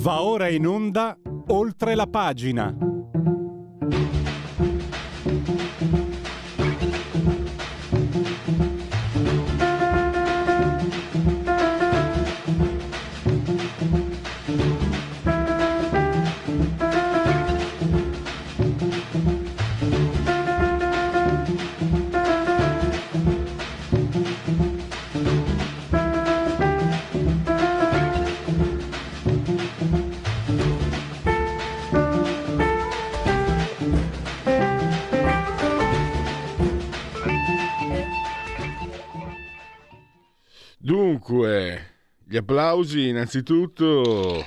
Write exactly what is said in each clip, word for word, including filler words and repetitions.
Va ora in onda Oltre la pagina. Dunque, gli applausi innanzitutto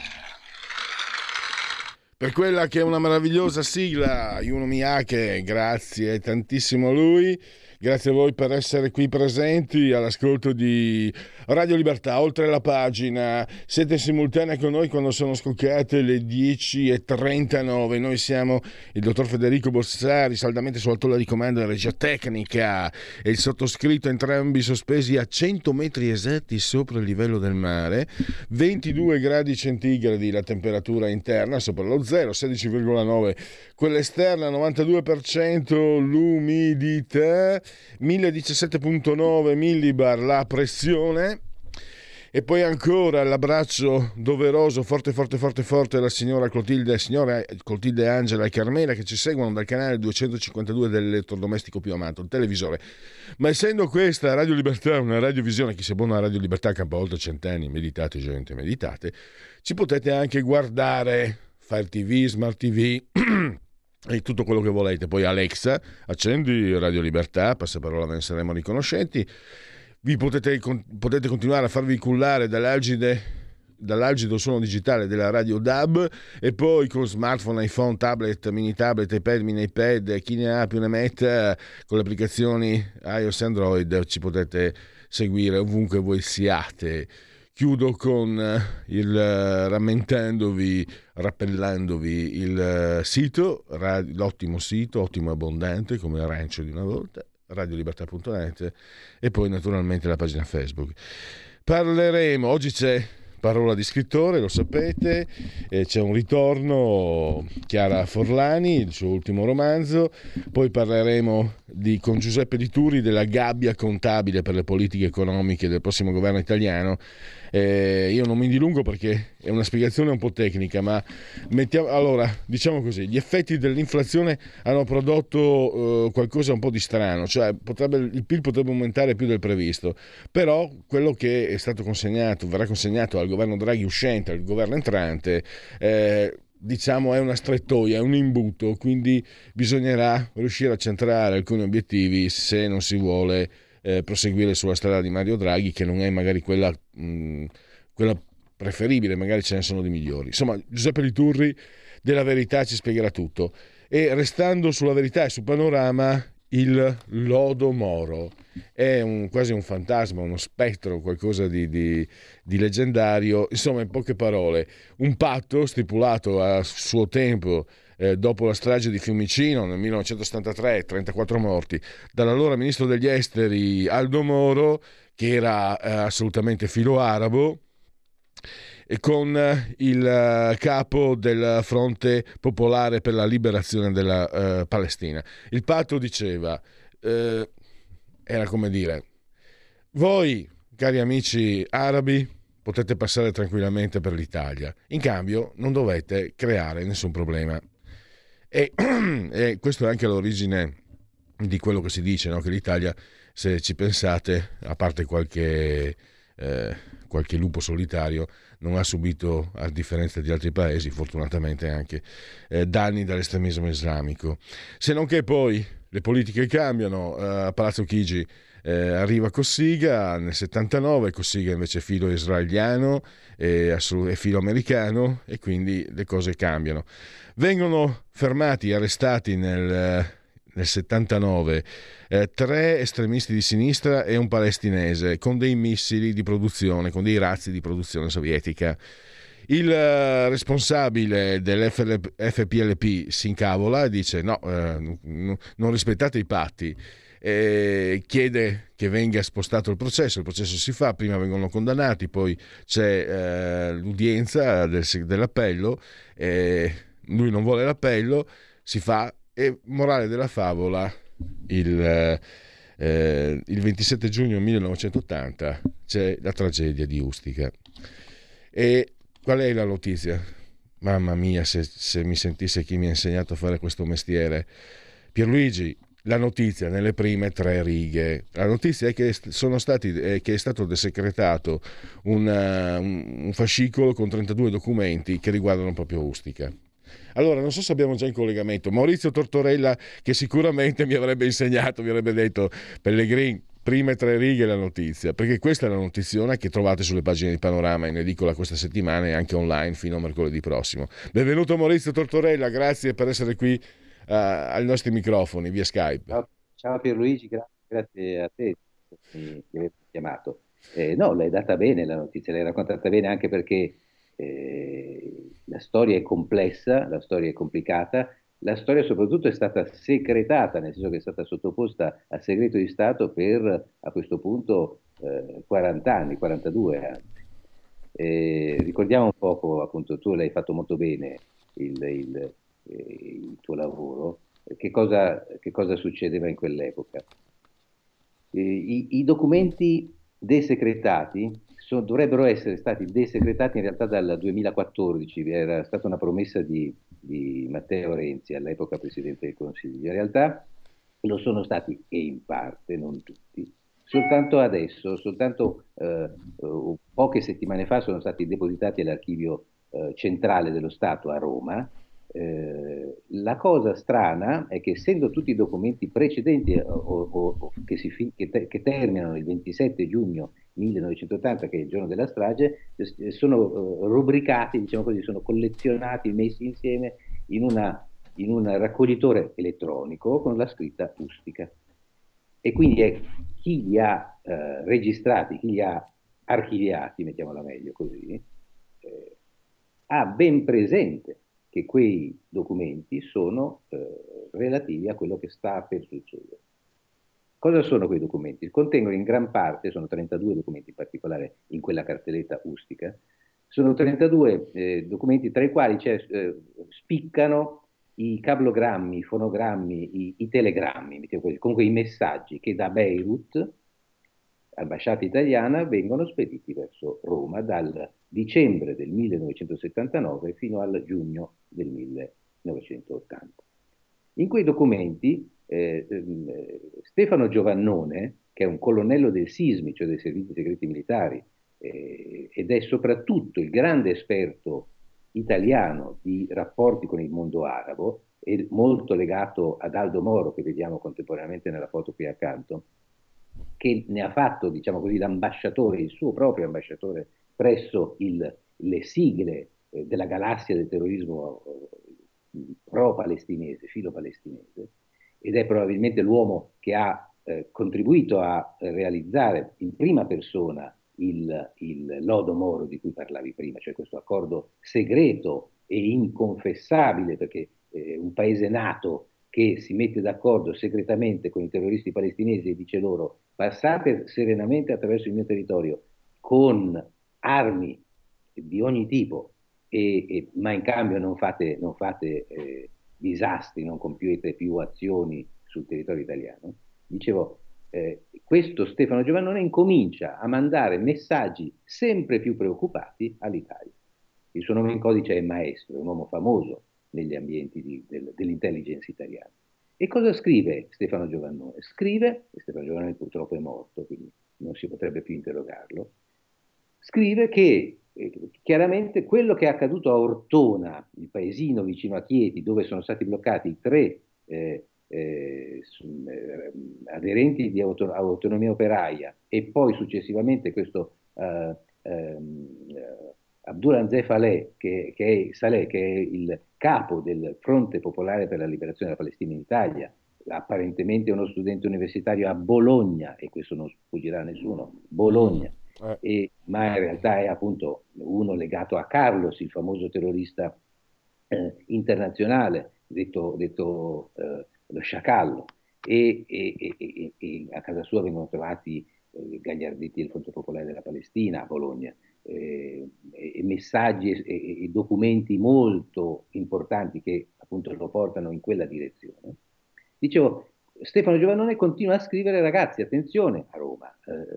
per quella che è una meravigliosa sigla, Yuno Miyake, grazie tantissimo a lui, grazie a voi per essere qui presenti all'ascolto di Radio Libertà, Oltre la pagina. Siete in simultanea con noi quando sono scoccate le dieci e trentanove. Noi siamo il dottor Federico Borsari, saldamente sulla tolla di comando della regia tecnica, e il sottoscritto, entrambi sospesi a cento metri esatti sopra il livello del mare, ventidue gradi centigradi la temperatura interna sopra lo zero, sedici virgola nove quella esterna, novantadue per cento l'umidità, mille diciassette virgola nove millibar la pressione. E poi ancora l'abbraccio doveroso, forte forte forte forte, alla signora Clotilde, signora Clotilde Angela e Carmela, che ci seguono dal canale duecentocinquantadue dell'elettrodomestico più amato, il televisore. Ma essendo questa Radio Libertà una radiovisione, chi sia buono a Radio Libertà campa oltre centenni, meditate gente, meditate, ci potete anche guardare, Fire T V, Smart T V e tutto quello che volete. Poi Alexa, accendi Radio Libertà, passaparola, ve ne saremo riconoscenti. Vi potete, potete continuare a farvi cullare dall'algide, dall'algido suono digitale della radio D A B, e poi con smartphone, iPhone, tablet, mini tablet, iPad, mini iPad, chi ne ha più ne metta, con le applicazioni iOS e Android ci potete seguire ovunque voi siate. Chiudo con il rammentandovi, rappellandovi il sito, l'ottimo sito, ottimo e abbondante come l'arancio di una volta, radiolibertà punto net, e poi naturalmente la pagina Facebook. Parleremo, oggi c'è Parola di scrittore, lo sapete, e c'è un ritorno, Chiara Forlani, il suo ultimo romanzo. Poi parleremo di, con Giuseppe Di Turi, della gabbia contabile per le politiche economiche del prossimo governo italiano. Eh, io non mi dilungo perché è una spiegazione un po' tecnica, ma mettiamo, allora, diciamo così, gli effetti dell'inflazione hanno prodotto eh, qualcosa un po' di strano, cioè potrebbe, il P I L potrebbe aumentare più del previsto, però quello che è stato consegnato, verrà consegnato al governo Draghi uscente, al governo entrante, eh, diciamo è una strettoia, è un imbuto, quindi bisognerà riuscire a centrare alcuni obiettivi se non si vuole Eh, proseguire sulla strada di Mario Draghi, che non è magari quella, mh, quella preferibile, magari ce ne sono di migliori. Insomma, Giuseppe Liturri della Verità ci spiegherà tutto. E restando sulla Verità e su Panorama, il lodo Moro è un, quasi un fantasma, uno spettro, qualcosa di, di, di leggendario. Insomma, in poche parole, un patto stipulato a suo tempo, Eh, dopo la strage di Fiumicino nel millenovecentosettantatré, trentaquattro morti, dall'allora ministro degli esteri Aldo Moro, che era eh, assolutamente filo arabo, e con eh, il eh, capo del Fronte Popolare per la Liberazione della eh, Palestina. Il patto diceva, eh, era come dire, voi cari amici arabi potete passare tranquillamente per l'Italia, in cambio non dovete creare nessun problema. E, e questo è anche l'origine di quello che si dice, no? Che l'Italia, se ci pensate, a parte qualche, eh, qualche lupo solitario, non ha subito, a differenza di altri paesi, fortunatamente anche, eh, danni dall'estremismo islamico. Se non che poi le politiche cambiano, eh, a Palazzo Chigi eh, arriva Cossiga nel settantanove, Cossiga invece è filo israeliano e filo americano, e quindi le cose cambiano. Vengono fermati, arrestati nel, nel settantanove eh, tre estremisti di sinistra e un palestinese con dei missili di produzione, con dei razzi di produzione sovietica. Il eh, responsabile dell'F P L P si incavola e dice no, eh, n- non rispettate i patti. eh, chiede che venga spostato il processo, il processo si fa, prima vengono condannati, poi c'è eh, l'udienza del, dell'appello, eh, lui non vuole l'appello, si fa, e morale della favola, il, eh, il ventisette giugno millenovecentottanta c'è la tragedia di Ustica. E qual è la notizia? Mamma mia, se, se mi sentisse chi mi ha insegnato a fare questo mestiere. Pierluigi, la notizia nelle prime tre righe. La notizia è che sono stati è che è stato desecretato una, un, un fascicolo con trentadue documenti che riguardano proprio Ustica. Allora, non so se abbiamo già in collegamento Maurizio Tortorella, che sicuramente mi avrebbe insegnato, mi avrebbe detto: Pellegrin, prime tre righe la notizia, perché questa è la notiziona che trovate sulle pagine di Panorama in edicola questa settimana e anche online fino a mercoledì prossimo. Benvenuto Maurizio Tortorella, grazie per essere qui uh, ai nostri microfoni via Skype. Ciao, ciao Pierluigi, gra- grazie a te di di avermi chiamato. Eh, no, l'hai data bene la notizia, l'hai raccontata bene anche perché eh, la storia è complessa, la storia è complicata, la storia soprattutto è stata secretata, nel senso che è stata sottoposta a segreto di Stato per a questo punto eh, quaranta anni, quarantadue anzi. Eh, ricordiamo un poco, appunto, tu l'hai fatto molto bene il, il, eh, il tuo lavoro. Che cosa, che cosa succedeva in quell'epoca? Eh, i, I documenti desecretati so- dovrebbero essere stati desecretati in realtà dal duemilaquattordici, era stata una promessa di, di Matteo Renzi, all'epoca Presidente del Consiglio. In realtà lo sono stati, e in parte, non tutti. Soltanto adesso, soltanto eh, eh, poche settimane fa sono stati depositati all'archivio eh, centrale dello Stato a Roma. Eh, la cosa strana è che essendo tutti i documenti precedenti o, o- o che, si fi- che te- che terminano il ventisette giugno millenovecentottanta, che è il giorno della strage, eh, sono eh, rubricati, diciamo così, sono collezionati, messi insieme in una in un raccoglitore elettronico con la scritta Ustica. E quindi è chi li ha eh, registrati, chi li ha archiviati, mettiamola meglio così, eh, ha ben presente che quei documenti sono eh, relativi a quello che sta per succedere. Cosa sono quei documenti? Contengono in gran parte, sono trentadue documenti in particolare in quella cartelletta Ustica, sono trentadue eh, documenti tra i quali eh, spiccano i cablogrammi, i fonogrammi, i, i telegrammi, comunque i messaggi che da Beirut, ambasciata italiana, vengono spediti verso Roma dal dicembre del millenovecentosettantanove fino al giugno del millenovecentottanta. In quei documenti eh, eh, Stefano Giovannone, che è un colonnello del SISMI, cioè dei servizi segreti militari, eh, ed è soprattutto il grande esperto italiano di rapporti con il mondo arabo, e molto legato ad Aldo Moro, che vediamo contemporaneamente nella foto qui accanto, che ne ha fatto, diciamo così, l'ambasciatore, il suo proprio ambasciatore presso il, le sigle eh, della galassia del terrorismo eh, pro-palestinese, filo-palestinese, ed è probabilmente l'uomo che ha eh, contribuito a realizzare in prima persona il, il lodo Moro di cui parlavi prima, cioè questo accordo segreto e inconfessabile, perché eh, un paese nato che si mette d'accordo segretamente con i terroristi palestinesi e dice loro: passate serenamente attraverso il mio territorio con armi di ogni tipo, e, e, ma in cambio non fate, non fate eh, disastri, non compiete più azioni sul territorio italiano. Dicevo, eh, questo Stefano Giovannone incomincia a mandare messaggi sempre più preoccupati all'Italia. Il suo nome in codice è Maestro, è un uomo famoso negli ambienti di, del, dell'intelligence italiana. E cosa scrive Stefano Giovannone? Scrive, e Stefano Giovannone purtroppo è morto, quindi non si potrebbe più interrogarlo, scrive che eh, chiaramente quello che è accaduto a Ortona, il paesino vicino a Chieti, dove sono stati bloccati tre eh, eh, eh, aderenti di auto- autonomia operaia, e poi successivamente questo eh, ehm, Abdullah Faleh, che, che, è, Saleh, che è il capo del Fronte Popolare per la Liberazione della Palestina in Italia, apparentemente uno studente universitario a Bologna, e questo non sfuggirà a nessuno, Bologna, Eh. e, ma in realtà è appunto uno legato a Carlos, il famoso terrorista eh, internazionale, detto, detto eh, lo sciacallo. e, e, e, e, e a casa sua vengono trovati eh, gagliardetti del Fronte Popolare della Palestina a Bologna, eh, e messaggi e, e, e documenti molto importanti che appunto lo portano in quella direzione. Dicevo, Stefano Giovannone continua a scrivere: ragazzi, attenzione a Roma,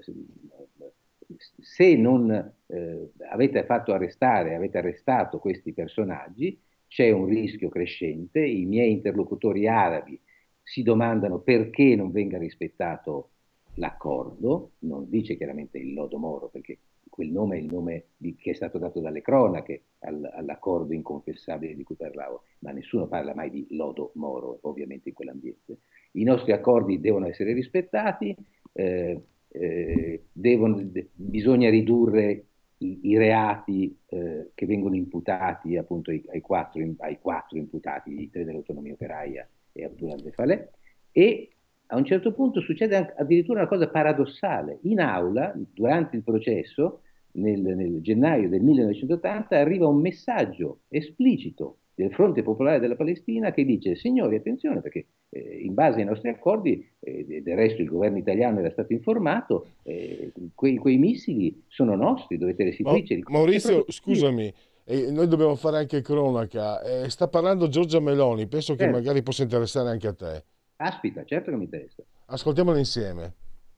eh, se non eh, avete fatto arrestare, avete arrestato questi personaggi, c'è un rischio crescente. I miei interlocutori arabi si domandano perché non venga rispettato l'accordo, non dice chiaramente il lodo Moro, perché quel nome è il nome di, che è stato dato dalle cronache al, all'accordo inconfessabile di cui parlavo, ma nessuno parla mai di lodo Moro, ovviamente, in quell'ambiente. I nostri accordi devono essere rispettati, eh, eh, devono, de, bisogna ridurre i, i reati eh, che vengono imputati appunto ai, ai, quattro, ai quattro imputati, i tre dell'autonomia operaia e Abdullah De Faleh, e a un certo punto succede addirittura una cosa paradossale. In aula, durante il processo, nel, nel gennaio del millenovecentottanta, arriva un messaggio esplicito del Fronte Popolare della Palestina che dice: signori, attenzione, perché eh, in base ai nostri accordi, eh, del resto il governo italiano era stato informato, eh, quei, quei missili sono nostri, dovete restituirci. Ma, Maurizio, scusami, eh, noi dobbiamo fare anche cronaca. Eh, sta parlando Giorgia Meloni, penso che certo. magari possa interessare anche a te. Aspetta, certo che mi interessa. Ascoltiamola insieme.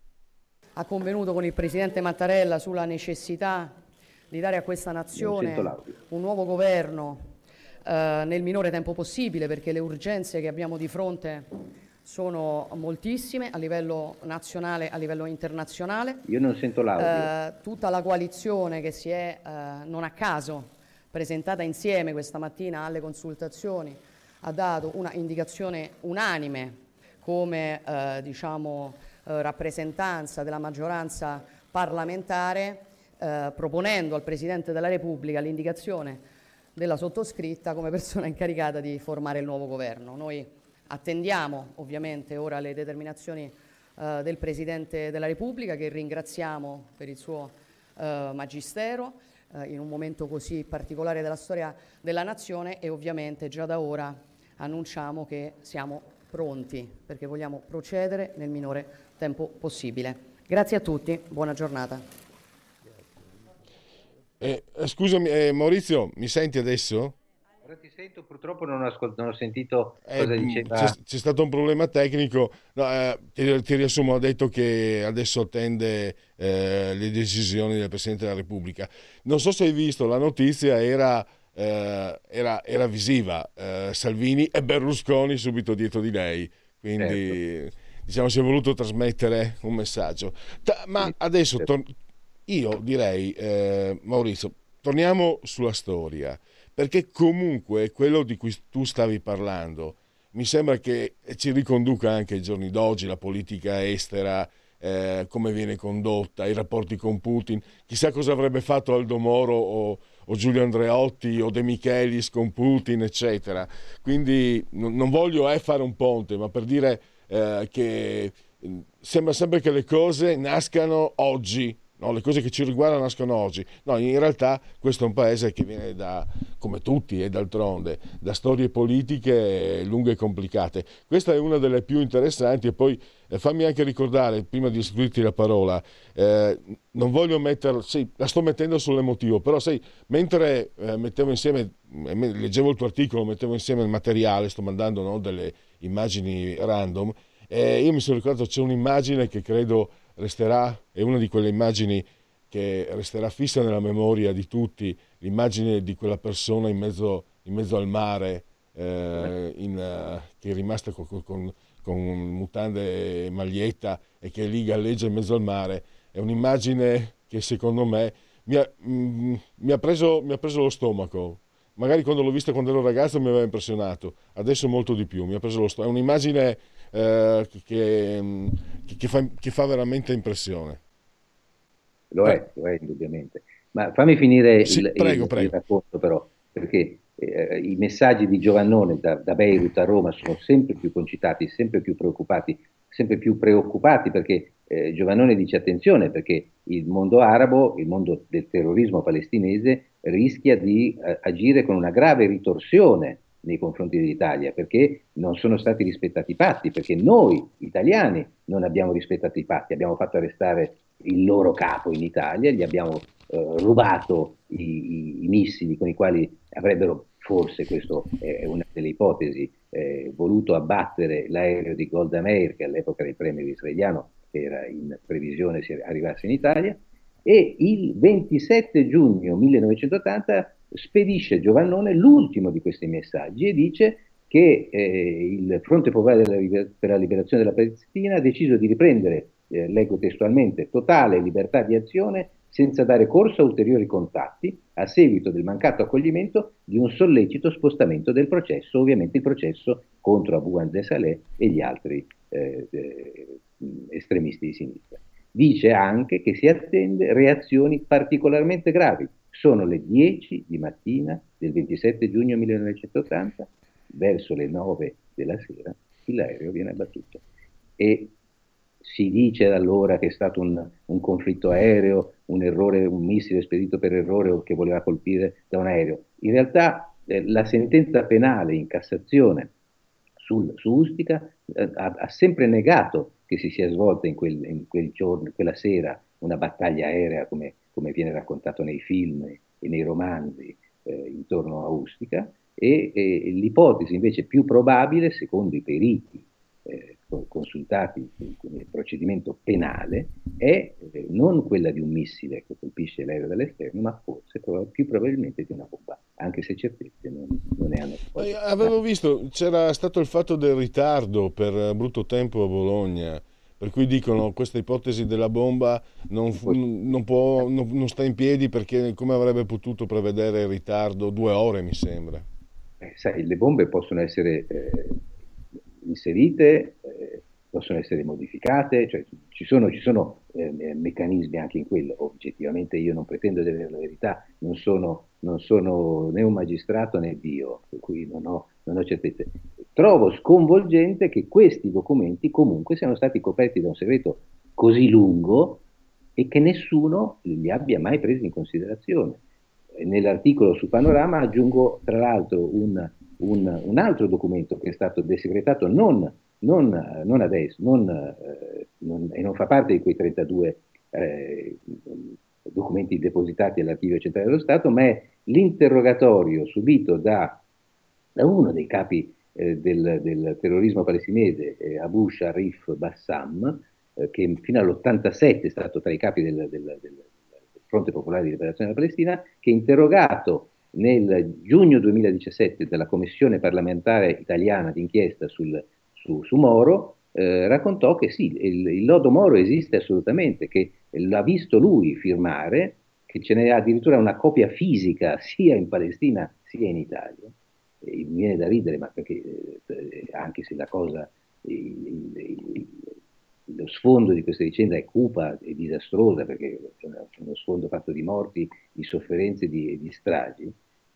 Ha convenuto con il Presidente Mattarella sulla necessità di dare a questa nazione un nuovo governo eh, nel minore tempo possibile, perché le urgenze che abbiamo di fronte sono moltissime a livello nazionale, a livello internazionale. Io non sento l'audio. Eh, tutta la coalizione che si è, eh, non a caso, presentata insieme questa mattina alle consultazioni ha dato una indicazione unanime come eh, diciamo, eh, rappresentanza della maggioranza parlamentare, eh, proponendo al Presidente della Repubblica l'indicazione della sottoscritta come persona incaricata di formare il nuovo governo. Noi attendiamo ovviamente ora le determinazioni eh, del Presidente della Repubblica, che ringraziamo per il suo eh, magistero eh, in un momento così particolare della storia della nazione, e ovviamente già da ora annunciamo che siamo pronti perché vogliamo procedere nel minore tempo possibile. Grazie a tutti, buona giornata. Eh, scusami, eh, Maurizio, mi senti adesso? Ora ti sento, purtroppo non ho, ascolt- non ho sentito Eh, cosa diceva. C'è, c'è stato un problema tecnico. No, eh, ti, ti riassumo, ha detto che adesso attende eh, le decisioni del Presidente della Repubblica. Non so se hai visto, la notizia era... Eh, era, era visiva, eh, Salvini e Berlusconi subito dietro di lei, quindi certo. Diciamo si è voluto trasmettere un messaggio. Ta- ma adesso tor- io direi, eh, Maurizio, torniamo sulla storia, perché comunque quello di cui tu stavi parlando mi sembra che ci riconduca anche ai giorni d'oggi, la politica estera, eh, come viene condotta, i rapporti con Putin. Chissà cosa avrebbe fatto Aldo Moro o o Giulio Andreotti o De Michelis con Putin, eccetera. Quindi non, non voglio eh, fare un ponte, ma per dire eh, che sembra sempre che le cose nascano oggi, no? Le cose che ci riguardano nascono oggi. No, in realtà questo è un paese che viene da, come tutti e d'altronde, da storie politiche lunghe e complicate. Questa è una delle più interessanti, e poi eh, fammi anche ricordare, prima di istruirti la parola, eh, non voglio metterla, sì, la sto mettendo sull'emotivo, però sai, mentre eh, mettevo insieme, eh, leggevo il tuo articolo, mettevo insieme il materiale, sto mandando, no, delle immagini random, e io mi sono ricordato, c'è un'immagine che credo resterà, è una di quelle immagini che resterà fissa nella memoria di tutti, l'immagine di quella persona in mezzo, in mezzo al mare, eh, in, uh, che è rimasta con, con, con mutande e maglietta e che lì galleggia in mezzo al mare. È un'immagine che secondo me mi ha, mm, mi ha preso, mi ha preso lo stomaco. Magari quando l'ho vista quando ero ragazzo mi aveva impressionato, adesso molto di più, mi ha preso lo stomaco. È un'immagine eh, che, che, fa, che fa veramente impressione. Lo è, lo è indubbiamente. Ma fammi finire sì, il, prego, il, prego. il racconto però, perché eh, i messaggi di Giovannone da, da Beirut a Roma sono sempre più concitati, sempre più preoccupati, sempre più preoccupati perché eh, Giovannone dice attenzione perché il mondo arabo, il mondo del terrorismo palestinese rischia di eh, agire con una grave ritorsione nei confronti dell'Italia, perché non sono stati rispettati i patti, perché noi italiani non abbiamo rispettato i patti, abbiamo fatto arrestare il loro capo in Italia, gli abbiamo eh, rubato i, i, i missili con i quali avrebbero, forse questo è una delle ipotesi, eh, voluto abbattere l'aereo di Golda Meir, che all'epoca era il premier israeliano, che era in previsione si arrivasse in Italia, e il ventisette giugno millenovecentottanta spedisce Giovannone l'ultimo di questi messaggi e dice che eh, il Fronte Popolare della, per la Liberazione della Palestina ha deciso di riprendere, eh, leggo testualmente, totale libertà di azione senza dare corso a ulteriori contatti a seguito del mancato accoglimento di un sollecito spostamento del processo, ovviamente il processo contro Abu Hanzeh Saleh e gli altri eh, eh, estremisti di sinistra. Dice anche che si attende reazioni particolarmente gravi. Sono le dieci di mattina del ventisette giugno millenovecentottanta, verso le nove della sera l'aereo viene abbattuto. E si dice da allora che è stato un, un conflitto aereo, un errore, un missile spedito per errore o che voleva colpire da un aereo. In realtà eh, la sentenza penale in Cassazione sul, su Ustica eh, ha, ha sempre negato che si sia svolta in quel, in quel giorno, in quella sera, una battaglia aerea come, come viene raccontato nei film e nei romanzi eh, intorno a Ustica, e, e l'ipotesi invece più probabile, secondo i periti eh, consultati nel procedimento penale, è eh, non quella di un missile che colpisce l'aereo dall'esterno, ma forse più probabilmente di una bomba, anche se certezze non, non ne hanno. Eh, avevo visto, c'era stato il fatto del ritardo per brutto tempo a Bologna, per cui dicono questa ipotesi della bomba non, non, può, non, non sta in piedi perché come avrebbe potuto prevedere il ritardo? Due ore mi sembra. Eh, sai, le bombe possono essere eh, inserite, eh, possono essere modificate, cioè ci sono, ci sono eh, meccanismi anche in quello. Oggettivamente io non pretendo di avere la verità, non sono, non sono né un magistrato né Dio, per cui non ho, non ho certezze. Trovo sconvolgente che questi documenti comunque siano stati coperti da un segreto così lungo e che nessuno li abbia mai presi in considerazione. Nell'articolo su Panorama aggiungo tra l'altro un, un, un altro documento che è stato desegretato non, non, non adesso non, eh, non, e non fa parte di quei trentadue eh, documenti depositati all'Archivio Centrale dello Stato, ma è l'interrogatorio subito da, da uno dei capi eh, del, del terrorismo palestinese, eh, Abu Sharif Bassam, eh, che fino all'ottantasette è stato tra i capi del, del, del Fronte Popolare di Liberazione della Palestina, che interrogato nel giugno duemiladiciassette dalla Commissione parlamentare italiana d'inchiesta sul, su, su Moro, eh, raccontò che sì, il, il lodo Moro esiste assolutamente, che l'ha visto lui firmare, che ce n'è addirittura una copia fisica sia in Palestina sia in Italia. E mi viene da ridere, ma perché eh, anche se la cosa, il, il, il, lo sfondo di questa vicenda è cupa e disastrosa, perché è uno sfondo fatto di morti, di sofferenze e di, di stragi,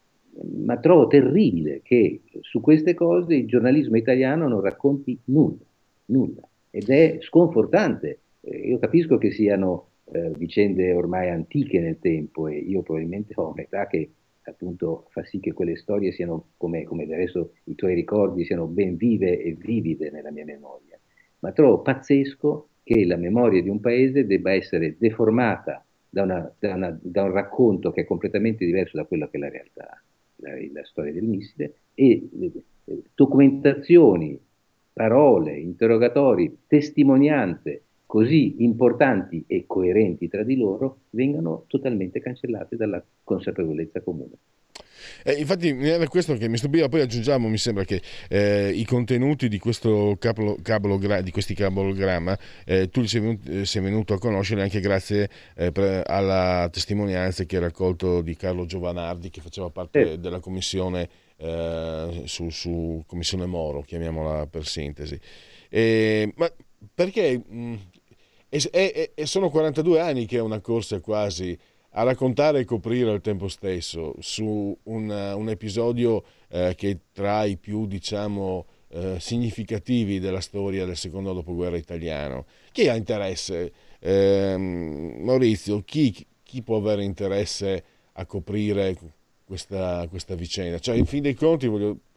ma trovo terribile che su queste cose il giornalismo italiano non racconti nulla, nulla, ed è sconfortante. Eh, io capisco che siano eh, vicende ormai antiche nel tempo e io probabilmente ho un'età che appunto fa sì che quelle storie siano, come, come del resto i tuoi ricordi, siano ben vive e vivide nella mia memoria. Ma trovo pazzesco che la memoria di un paese debba essere deformata da, una, da, una, da un racconto che è completamente diverso da quello che è la realtà, la, la storia del missile, e eh, documentazioni, parole, interrogatori, testimonianze così importanti e coerenti tra di loro vengano totalmente cancellate dalla consapevolezza comune. Eh, infatti era questo che mi stupiva. Poi aggiungiamo, mi sembra che eh, i contenuti di questo cabolo, cabologra, di questi cabologramma eh, tu sei venuto, sei venuto a conoscere anche grazie eh, per, alla testimonianza che hai raccolto di Carlo Giovanardi, che faceva parte eh. della commissione eh, su, su commissione Moro, chiamiamola per sintesi. Eh, ma perché mh, e, e, e sono quarantadue anni che è una corsa quasi a raccontare e coprire al tempo stesso su un, un episodio eh, che è tra i più, diciamo, eh, significativi della storia del secondo dopoguerra italiano. Chi ha interesse? Eh, Maurizio, chi, chi può avere interesse a coprire questa, questa vicenda? Cioè, in fin dei conti, voglio,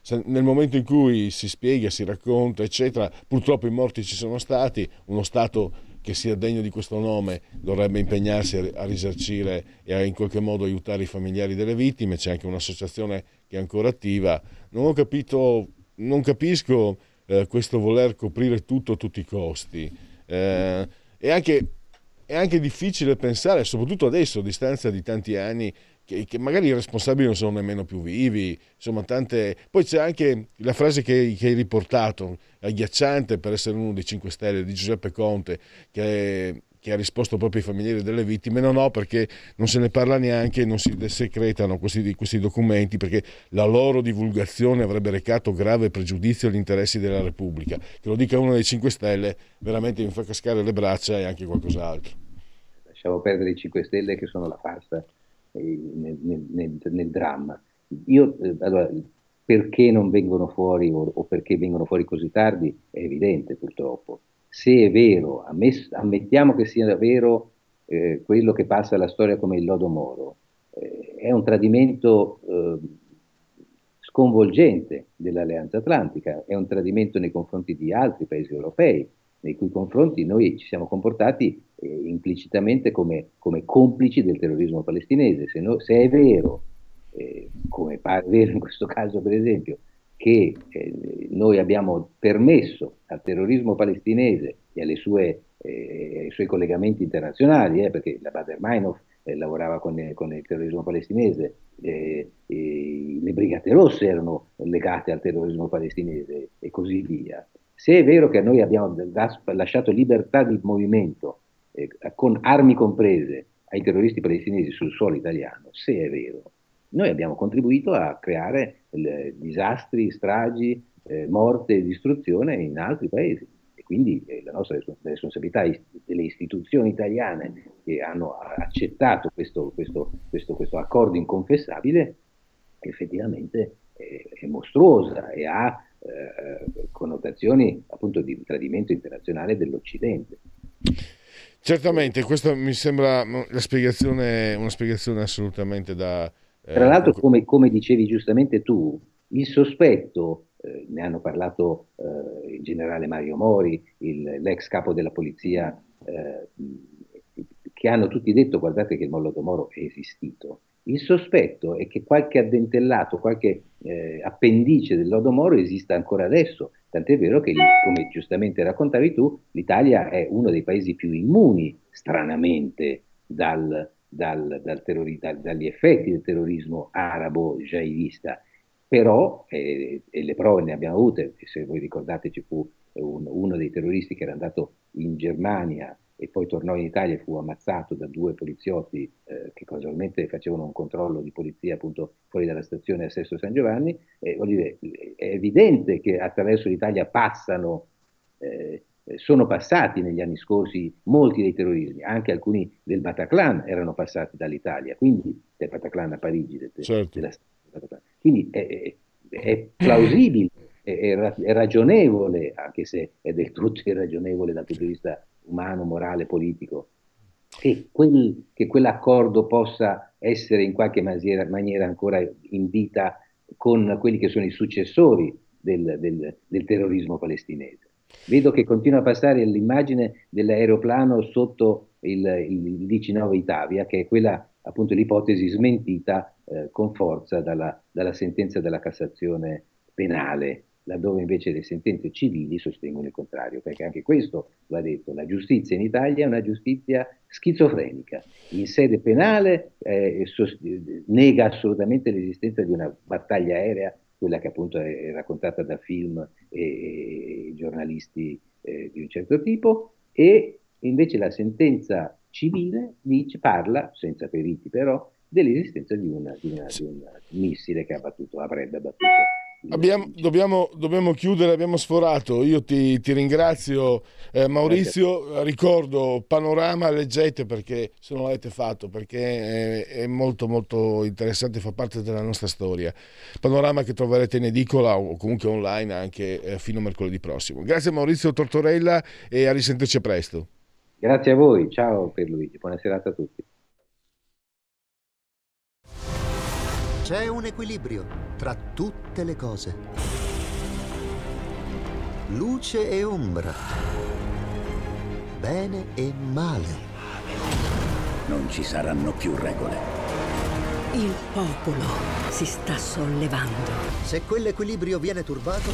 nel momento in cui si spiega, si racconta, eccetera, purtroppo i morti ci sono stati, uno Stato che sia degno di questo nome dovrebbe impegnarsi a, a risarcire e a in qualche modo aiutare i familiari delle vittime. C'è anche un'associazione che è ancora attiva. Non ho capito, non capisco eh, questo voler coprire tutto a tutti i costi. Eh, è, anche, è anche difficile pensare, soprattutto adesso, a distanza di tanti anni, che, che magari i responsabili non sono nemmeno più vivi, insomma tante. Poi c'è anche la frase che, che hai riportato, agghiacciante per essere uno dei cinque Stelle, di Giuseppe Conte, che, che ha risposto proprio ai familiari delle vittime: no, no, perché non se ne parla neanche, non si desecretano questi, questi documenti, perché la loro divulgazione avrebbe recato grave pregiudizio agli interessi della Repubblica. Che lo dica uno dei cinque Stelle veramente mi fa cascare le braccia e anche qualcos'altro. Lasciamo perdere i cinque Stelle che sono la farsa nel, nel, nel, nel dramma. Io, eh, allora, perché non vengono fuori o, o perché vengono fuori così tardi è evidente, purtroppo. Se è vero, ammess- ammettiamo che sia vero eh, quello che passa alla storia come il lodo Moro, eh, è un tradimento eh, sconvolgente dell'Alleanza Atlantica, è un tradimento nei confronti di altri paesi europei, nei cui confronti noi ci siamo comportati eh, implicitamente come, come complici del terrorismo palestinese. Se, no, se è vero, eh, come pare vero in questo caso per esempio, che eh, noi abbiamo permesso al terrorismo palestinese e alle sue, eh, ai suoi collegamenti internazionali, eh, perché la Baader-Meinhof eh, lavorava con, eh, con il terrorismo palestinese, eh, eh, le Brigate Rosse erano legate al terrorismo palestinese e così via. Se è vero che noi abbiamo lasciato libertà di movimento eh, con armi comprese ai terroristi palestinesi sul suolo italiano, se è vero, noi abbiamo contribuito a creare eh, disastri, stragi, eh, morte e distruzione in altri paesi. E quindi eh, la nostra responsabilità delle istituzioni italiane che hanno accettato questo, questo, questo, questo accordo inconfessabile effettivamente è, è mostruosa e ha eh, connotazioni appunto di tradimento internazionale dell'Occidente. Certamente, questa mi sembra la spiegazione, una spiegazione assolutamente da... Tra l'altro, come, come dicevi giustamente tu, il sospetto, eh, ne hanno parlato eh, il generale Mario Mori, il, l'ex capo della polizia, eh, che hanno tutti detto: guardate che il Holodomor è esistito. Il sospetto è che qualche addentellato, qualche eh, appendice dell'Holodomor esista ancora adesso, tant'è vero che, come giustamente raccontavi tu, l'Italia è uno dei paesi più immuni, stranamente, dal Dal, dal terrori, dal, dagli effetti del terrorismo arabo jihadista, però eh, e le prove ne abbiamo avute. Se voi ricordate, ci fu un, uno dei terroristi che era andato in Germania e poi tornò in Italia e fu ammazzato da due poliziotti eh, che casualmente facevano un controllo di polizia appunto fuori dalla stazione a Sesto San Giovanni. Eh, dire, è evidente che attraverso l'Italia passano eh, sono passati negli anni scorsi molti dei terrorismi, anche alcuni del Bataclan erano passati dall'Italia, quindi del Bataclan a Parigi, del, certo. della, quindi è, è plausibile, è, è ragionevole, anche se è del tutto irragionevole dal punto di vista umano, morale, politico, che, quel, che quell'accordo possa essere in qualche maniera, maniera ancora in vita con quelli che sono i successori del, del, del terrorismo palestinese. Vedo che continua a passare l'immagine dell'aeroplano sotto il, il diciannove Itavia, che è quella appunto l'ipotesi smentita eh, con forza dalla, dalla sentenza della Cassazione penale, laddove invece le sentenze civili sostengono il contrario, perché anche questo va detto: la giustizia in Italia è una giustizia schizofrenica. In sede penale eh, sost- nega assolutamente l'esistenza di una battaglia aerea, quella che appunto è raccontata da film e, e giornalisti eh, di un certo tipo, e invece la sentenza civile dice, parla, senza periti però, dell'esistenza di, una, di, una, di un missile che ha abbattuto, avrebbe abbattuto. Abbiamo, dobbiamo, dobbiamo chiudere, abbiamo sforato. Io ti, ti ringrazio eh, Maurizio. Grazie. Ricordo Panorama, leggete, perché se non l'avete fatto, perché è, è molto molto interessante, fa parte della nostra storia. Panorama che troverete in edicola o comunque online anche eh, fino a mercoledì prossimo. Grazie Maurizio Tortorella e a risentirci presto. Grazie a voi, ciao Pierluigi, buona serata a tutti. C'è un equilibrio tra tutte le cose. Luce e ombra. Bene e male. Non ci saranno più regole. Il popolo si sta sollevando. Se quell'equilibrio viene turbato,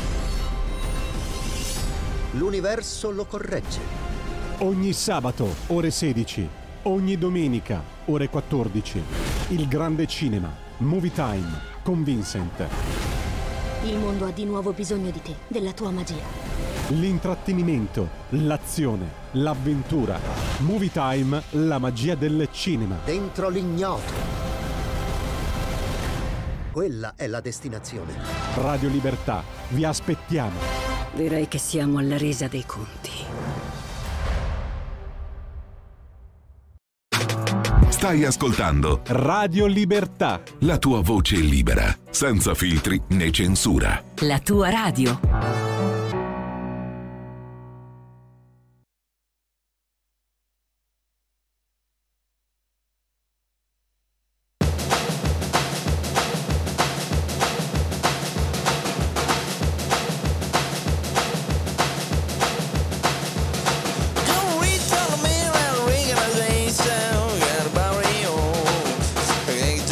l'universo lo corregge. Ogni sabato, ore sedici. Ogni domenica, ore quattordici. Il grande cinema. Movie Time con Vincent. Il mondo ha di nuovo bisogno di te, della tua magia. L'intrattenimento, l'azione, l'avventura. Movie Time, la magia del cinema. Dentro l'ignoto. Quella è la destinazione. Radio Libertà, vi aspettiamo. Direi che siamo alla resa dei conti. Stai ascoltando Radio Libertà. La tua voce libera, senza filtri né censura. La tua radio.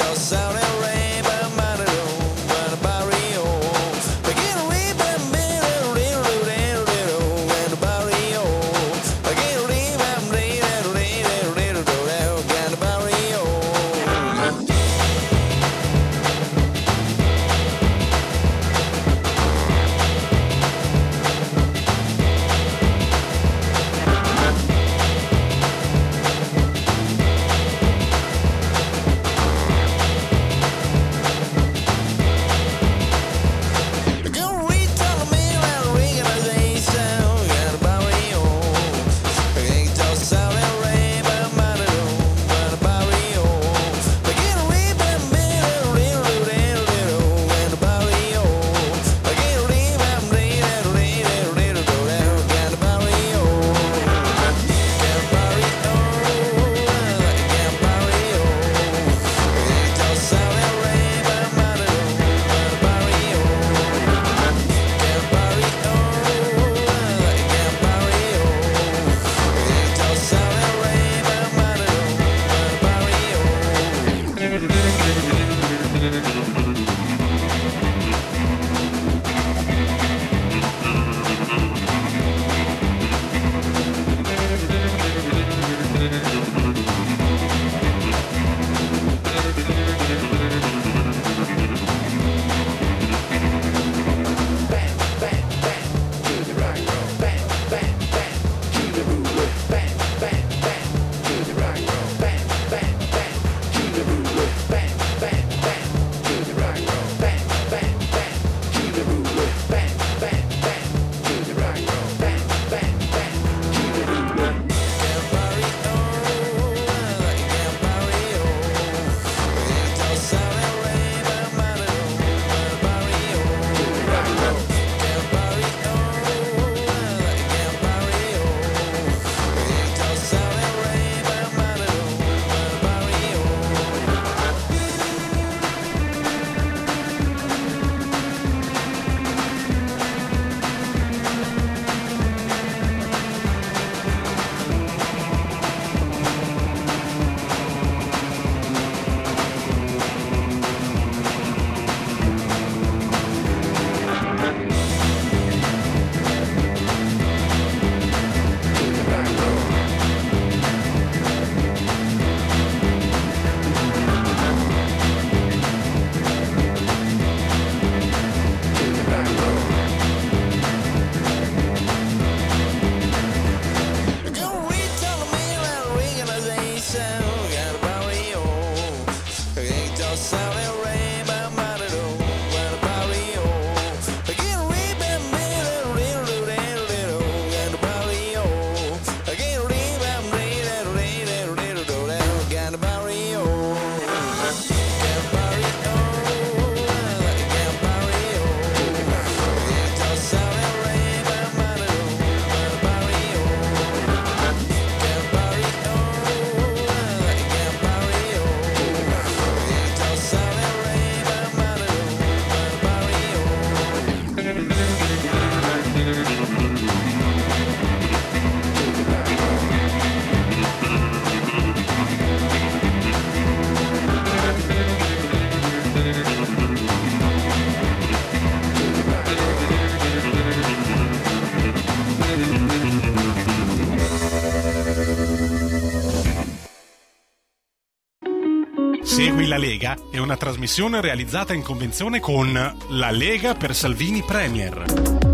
Begin to reap and Segui la Lega è una trasmissione realizzata in convenzione con La Lega per Salvini Premier.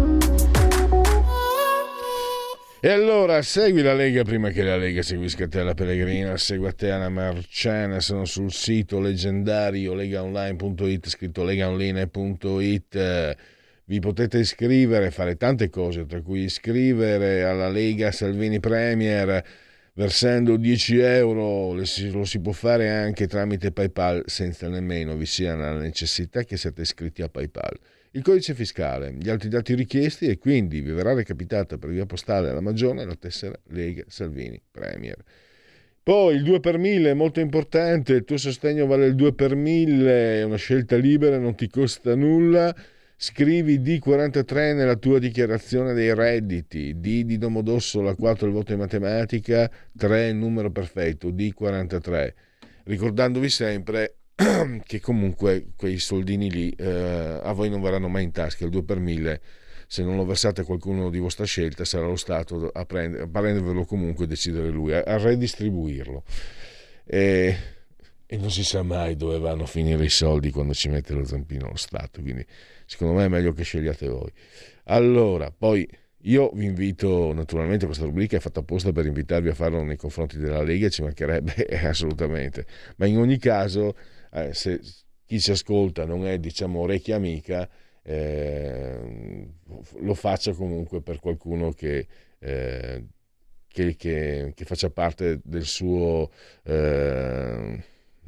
E allora segui la Lega prima che la Lega seguisca te, la Pellegrina, segua te Anna Marciana. Sono sul sito leggendario legaonline punto it, scritto legaonline punto it. Vi potete iscrivere, fare tante cose, tra cui iscrivere alla Lega Salvini Premier versando dieci euro. Lo si può fare anche tramite PayPal senza nemmeno vi sia la necessità che siate iscritti a PayPal. Il codice fiscale, gli altri dati richiesti, e quindi vi verrà recapitata per via postale alla Magione la tessera Lega Salvini Premier. Poi il due per mille è molto importante, il tuo sostegno vale il due per mille, è una scelta libera, non ti costa nulla. Scrivi D quarantatré nella tua dichiarazione dei redditi, D di Domodossola, quattro il voto in matematica, tre il numero perfetto, D quarantatré, ricordandovi sempre che comunque quei soldini lì eh, a voi non verranno mai in tasca. Il due per mille, se non lo versate a qualcuno di vostra scelta, sarà lo Stato a, prend- a prendervelo comunque e decidere lui, a, a redistribuirlo. E, e non si sa mai dove vanno a finire i soldi quando ci mette lo zampino lo Stato, quindi secondo me è meglio che scegliate voi. Allora, poi io vi invito, naturalmente questa rubrica è fatta apposta per invitarvi a farlo nei confronti della Lega, ci mancherebbe assolutamente, ma in ogni caso eh, se chi ci ascolta non è, diciamo, orecchia amica, eh, lo faccia comunque per qualcuno che, eh, che, che, che faccia parte del suo eh,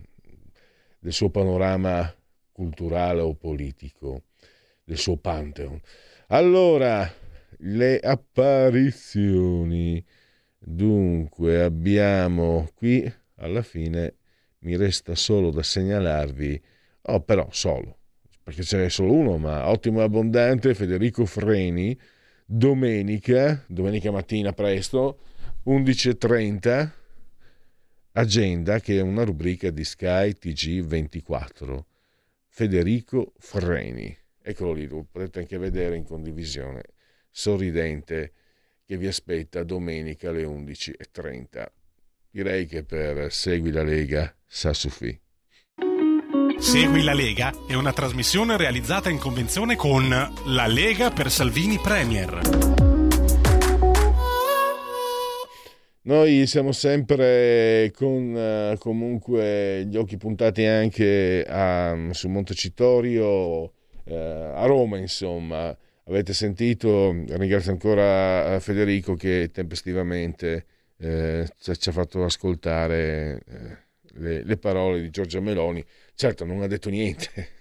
del suo panorama culturale o politico, del suo pantheon. Allora, le apparizioni. Dunque, abbiamo qui, alla fine, mi resta solo da segnalarvi, oh però solo, perché ce n'è solo uno, ma ottimo e abbondante, Federico Freni, domenica, domenica mattina presto, undici e trenta, Agenda, che è una rubrica di Sky T G ventiquattro. Federico Freni, eccolo lì, lo potete anche vedere in condivisione, sorridente, che vi aspetta domenica alle undici e trenta. Direi che per Segui la Lega sa suffì. Segui la Lega è una trasmissione realizzata in convenzione con La Lega per Salvini Premier. Noi siamo sempre con uh, comunque gli occhi puntati anche a, su Montecitorio, uh, a Roma, insomma. Avete sentito, ringrazio ancora Federico che tempestivamente eh, ci ha fatto ascoltare eh, le, le parole di Giorgia Meloni. Certo, non ha detto niente,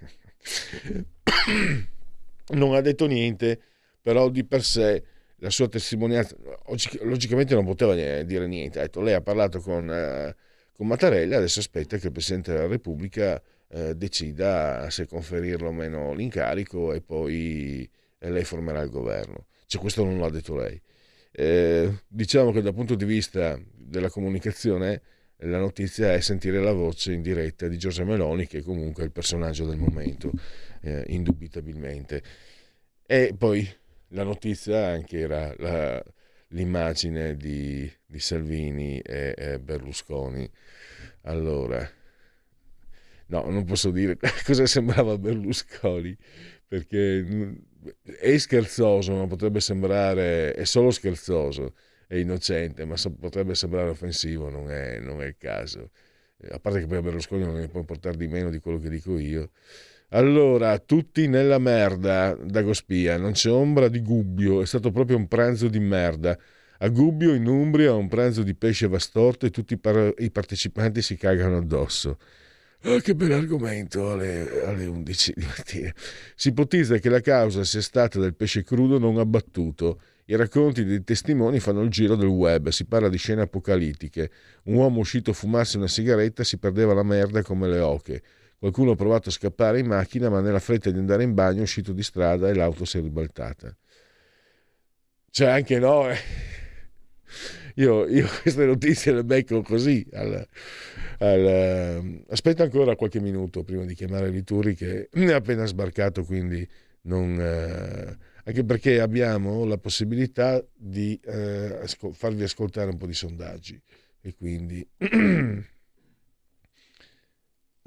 non ha detto niente, però di per sé la sua testimonianza, logicamente non poteva dire niente. Ha detto, lei ha parlato con, eh, con Mattarella, adesso aspetta che il Presidente della Repubblica eh, decida se conferirlo o meno l'incarico e poi e lei formerà il governo. Cioè, questo non l'ha detto lei. Eh, diciamo che dal punto di vista della comunicazione la notizia è sentire la voce in diretta di Giorgia Meloni, che comunque è il personaggio del momento, eh, indubitabilmente. E poi la notizia anche era la, l'immagine di, di Salvini e, e Berlusconi. Allora, no, non posso dire cosa sembrava Berlusconi, perché è scherzoso, ma potrebbe sembrare, è solo scherzoso, è innocente, ma potrebbe sembrare offensivo, non è, non è il caso. A parte che per Berlusconi non ne può importare di meno di quello che dico io. Allora, tutti nella merda, Dagospia, non c'è ombra di Gubbio, è stato proprio un pranzo di merda. A Gubbio, in Umbria, un pranzo di pesce va storto e tutti i, par- i partecipanti si cagano addosso. Oh, che bell'argomento alle, alle undici di mattina. Si ipotizza che la causa sia stata del pesce crudo non abbattuto. I racconti dei testimoni fanno il giro del web, si parla di scene apocalittiche. Un uomo uscito a fumarsi una sigaretta si perdeva la merda come le oche. Qualcuno ha provato a scappare in macchina, ma nella fretta di andare in bagno è uscito di strada e l'auto si è ribaltata. Cioè, anche no, eh. io, io queste notizie le becco così. Al, al, aspetto ancora qualche minuto prima di chiamare Liturri, che è appena sbarcato, quindi non... Eh, anche perché abbiamo la possibilità di eh, ascol- farvi ascoltare un po' di sondaggi, e quindi...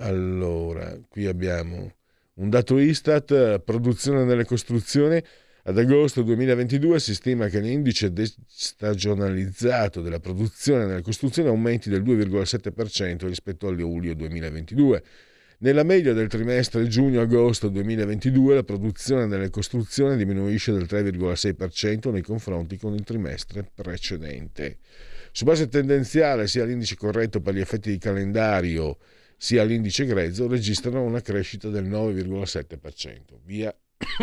allora, qui abbiamo un dato Istat, produzione nelle costruzioni. Ad agosto duemilaventidue si stima che l'indice destagionalizzato della produzione nelle costruzioni aumenti del due virgola sette per cento rispetto al luglio duemilaventidue. Nella media del trimestre giugno-agosto duemilaventidue la produzione nelle costruzioni diminuisce del tre virgola sei per cento nei confronti con il trimestre precedente. Su base tendenziale sia l'indice corretto per gli effetti di calendario sia l'indice grezzo registrano una crescita del nove virgola sette per cento. Via.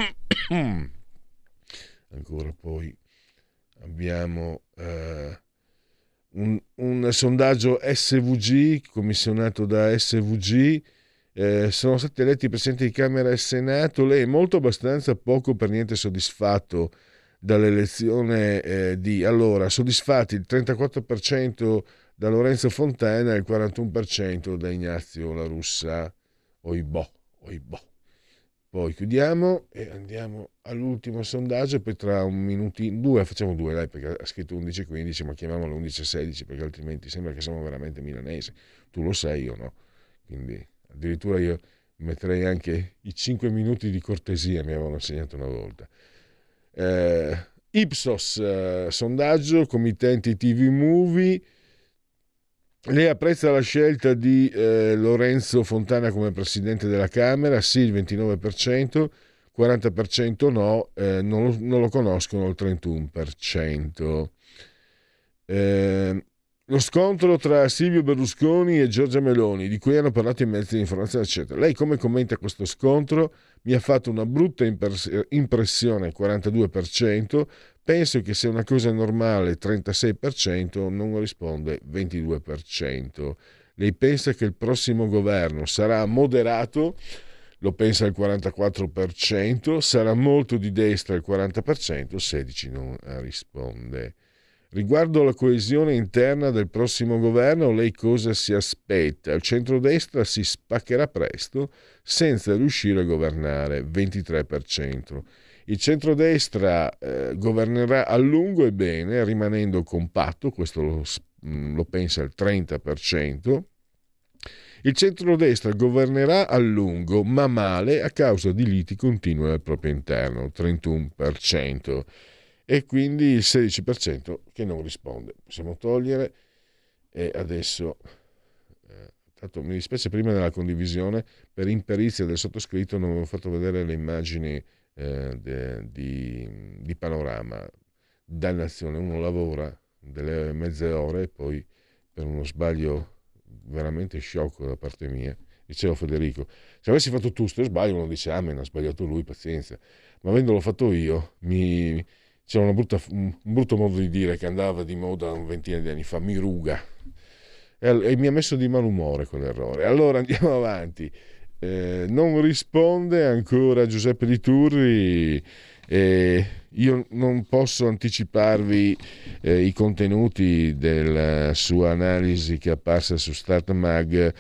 Ancora poi abbiamo eh, un, un sondaggio S V G commissionato da S V G. Eh, sono stati eletti presidenti di Camera e Senato. Lei è molto abbastanza poco per niente soddisfatto dall'elezione eh, di allora soddisfatti il trentaquattro per cento da Lorenzo Fontana e il quarantuno per cento da Ignazio La Russa. Oibò, oibò. Poi chiudiamo e andiamo all'ultimo sondaggio e poi tra un minutino, due, facciamo due dai, perché ha scritto undici quindici, ma chiamiamolo undici sedici perché altrimenti sembra che siamo veramente milanesi. Tu lo sai, io no, quindi addirittura io metterei anche i cinque minuti di cortesia, mi avevano insegnato una volta. eh, Ipsos eh, sondaggio committenti T V Movie. Lei apprezza la scelta di eh, Lorenzo Fontana come presidente della Camera? Sì, il ventinove per cento, quaranta per cento no, eh, non, lo, non lo conoscono il trentuno per cento. Eh, lo scontro tra Silvio Berlusconi e Giorgia Meloni, di cui hanno parlato i mezzi di informazione, eccetera. Lei come commenta questo scontro? Mi ha fatto una brutta impressione, quarantadue per cento. Penso che sia una cosa normale, trentasei per cento, non risponde, ventidue per cento. Lei pensa che il prossimo governo sarà moderato? Lo pensa il quarantaquattro per cento. Sarà molto di destra il quaranta per cento, sedici per cento non risponde. Riguardo la coesione interna del prossimo governo, lei cosa si aspetta? Il centrodestra si spaccherà presto senza riuscire a governare, ventitré per cento. Il centrodestra eh, governerà a lungo e bene, rimanendo compatto, questo lo, lo pensa il trenta per cento. Il centrodestra governerà a lungo, ma male, a causa di liti continue al proprio interno, trentuno per cento. E quindi il sedici per cento che non risponde. Possiamo togliere e adesso... Eh, tanto mi dispiace, prima della condivisione, per imperizia del sottoscritto non avevo fatto vedere le immagini Eh, de, di, di panorama. Dannazione, uno lavora delle mezze ore e poi per uno sbaglio veramente sciocco da parte mia, dicevo Federico, se avessi fatto tu sto sbaglio uno dice ah, me ne ha sbagliato lui, pazienza, ma avendolo fatto io mi c'era una brutta, un brutto modo di dire che andava di moda un ventina di anni fa, mi ruga, e, e mi ha messo di malumore quell'errore. Allora andiamo avanti. Eh, non risponde ancora Giuseppe Di Turri. Eh, io non posso anticiparvi eh, i contenuti della sua analisi che è apparsa su Start Mag,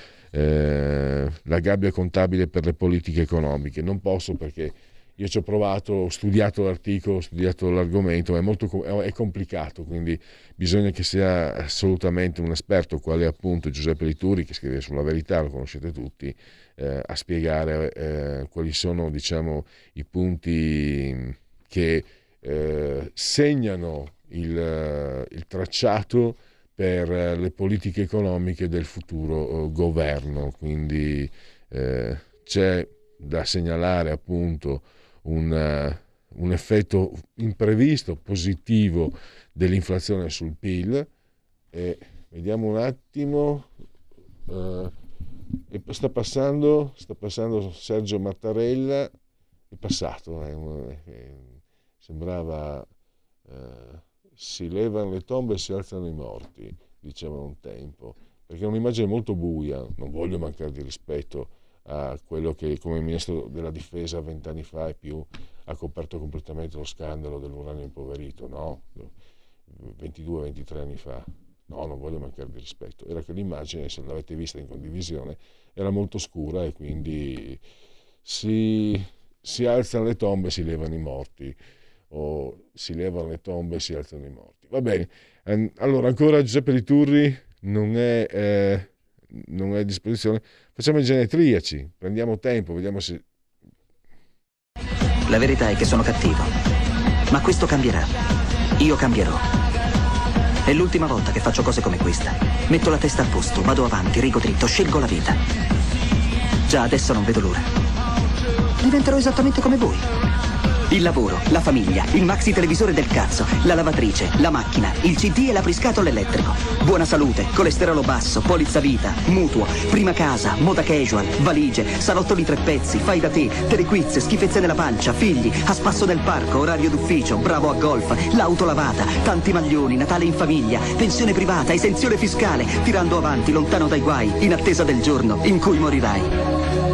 eh, la gabbia contabile per le politiche economiche. Non posso, perché io ci ho provato, ho studiato l'articolo, ho studiato l'argomento, ma è molto è complicato, quindi bisogna che sia assolutamente un esperto, quale appunto Giuseppe Di Turri, che scrive sulla Verità, lo conoscete tutti, eh, a spiegare eh, quali sono, diciamo, i punti che eh, segnano il, il tracciato per le politiche economiche del futuro eh, governo. Quindi eh, c'è da segnalare appunto un, uh, un effetto imprevisto positivo dell'inflazione sul P I L, e vediamo un attimo, uh, e sta passando sta passando Sergio Mattarella, è passato, eh, eh, sembrava uh, si levano le tombe e si alzano i morti, diceva un tempo, perché è un'immagine molto buia. Non voglio mancare di rispetto a quello che come ministro della difesa vent'anni fa e più ha coperto completamente lo scandalo dell'uranio impoverito, no? ventidue ventitré anni fa. No, non voglio mancare di rispetto. Era che l'immagine, se l'avete vista in condivisione, era molto scura, e quindi si, si alzano le tombe e si levano i morti, o si levano le tombe e si alzano i morti. Va bene. Allora, ancora Giuseppe Di Turri non è... Eh, non è a disposizione, facciamo i genetriaci, prendiamo tempo, vediamo se... La verità è che sono cattivo, ma questo cambierà. Io cambierò. È l'ultima volta che faccio cose come questa. Metto la testa a posto, vado avanti, rigo dritto, scelgo la vita. Già adesso non vedo l'ora. Diventerò esattamente come voi. Il lavoro, la famiglia, il maxi televisore del cazzo, la lavatrice, la macchina, il C D e l'apriscatole elettrico. Buona salute, colesterolo basso, polizza vita, mutuo, prima casa, moda casual, valigie, salotto di tre pezzi, fai da te, telequiz, schifezze nella pancia, figli, a spasso nel parco, orario d'ufficio, bravo a golf, l'auto lavata, tanti maglioni, Natale in famiglia, pensione privata, esenzione fiscale, tirando avanti, lontano dai guai, in attesa del giorno in cui morirai.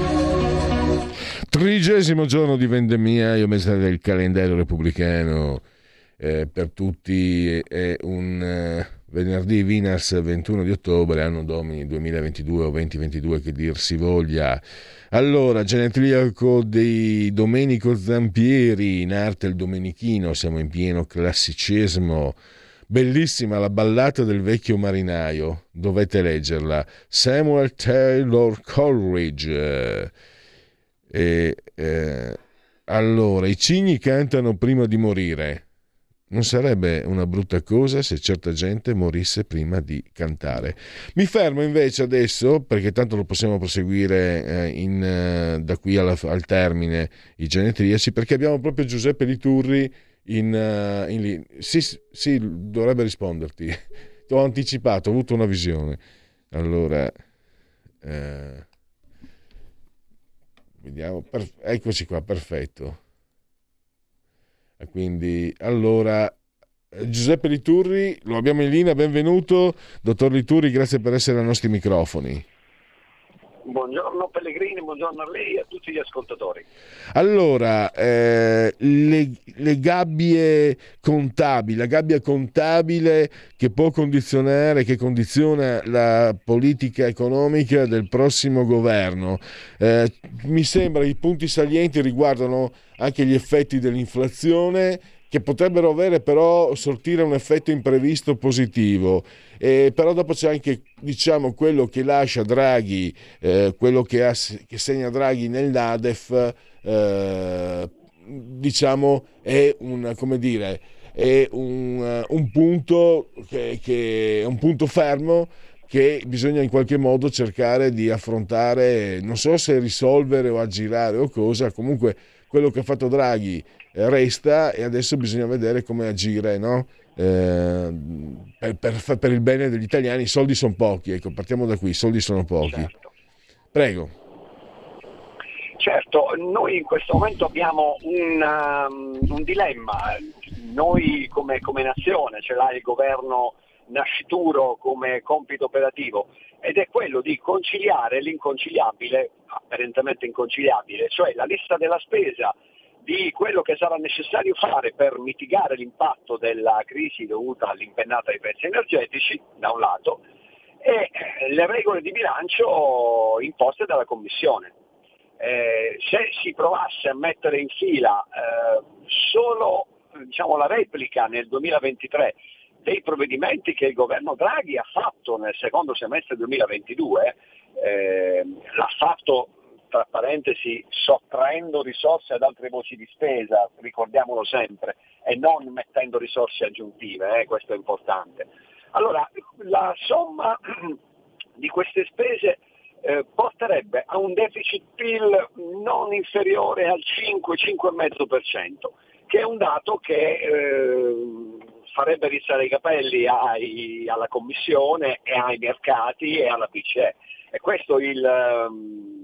Trigesimo giorno di vendemmia, io mese del calendario repubblicano, eh, per tutti è un eh, venerdì Vinas ventuno di ottobre, anno domini duemilaventidue o duemilaventidue che dir si voglia. Allora, genetriaco di Domenico Zampieri, in arte il Domenichino, siamo in pieno classicismo. Bellissima la ballata del vecchio marinaio, dovete leggerla. Samuel Taylor Coleridge. E, eh, allora, i cigni cantano prima di morire. Non sarebbe una brutta cosa se certa gente morisse prima di cantare. Mi fermo invece adesso, perché tanto lo possiamo proseguire eh, in, eh, da qui alla, al termine i genetriaci, perché abbiamo proprio Giuseppe Liturri in, uh, in lì. Sì, sì, dovrebbe risponderti. Ti ho anticipato, ho avuto una visione. Allora... Eh... Vediamo, per, eccoci qua, perfetto. E quindi, allora, Giuseppe Liturri, lo abbiamo in linea, benvenuto. Dottor Liturri, grazie per essere ai nostri microfoni. Buongiorno Pellegrini, buongiorno a lei e a tutti gli ascoltatori. Allora, eh, le, le gabbie contabili, la gabbia contabile che può condizionare, che condiziona la politica economica del prossimo governo. Eh, mi sembra che i punti salienti riguardano anche gli effetti dell'inflazione, che potrebbero avere però sortire un effetto imprevisto positivo. Eh, però dopo c'è anche, diciamo, quello che lascia Draghi, eh, quello che, ha, che segna Draghi nell'A D E F, eh, diciamo, è un, come dire, è un, un punto che, che è un punto fermo che bisogna in qualche modo cercare di affrontare, non so se risolvere o aggirare o cosa, comunque quello che ha fatto Draghi resta e adesso bisogna vedere come agire, no? Eh, per, per, per il bene degli italiani. I soldi sono pochi, ecco, partiamo da qui, i soldi sono pochi. Certo. Prego. Certo, noi in questo momento abbiamo un, um, un dilemma, noi come, come nazione, ce l'ha il governo nascituro come compito operativo, ed è quello di conciliare l'inconciliabile, apparentemente inconciliabile, cioè la lista della spesa di quello che sarà necessario fare per mitigare l'impatto della crisi dovuta all'impennata dei prezzi energetici, da un lato, e le regole di bilancio imposte dalla Commissione. Eh, se si provasse a mettere in fila eh, solo diciamo, la replica nel duemilaventitré dei provvedimenti che il governo Draghi ha fatto nel secondo semestre duemilaventidue, eh, l'ha fatto tra parentesi sottraendo risorse ad altre voci di spesa, ricordiamolo sempre, e non mettendo risorse aggiuntive, eh, questo è importante. Allora, la somma di queste spese eh, porterebbe a un deficit P I L non inferiore al cinque cinque virgola cinque per cento, che è un dato che eh, farebbe rizzare i capelli ai, alla Commissione e ai mercati e alla B C E. E questo il... Um,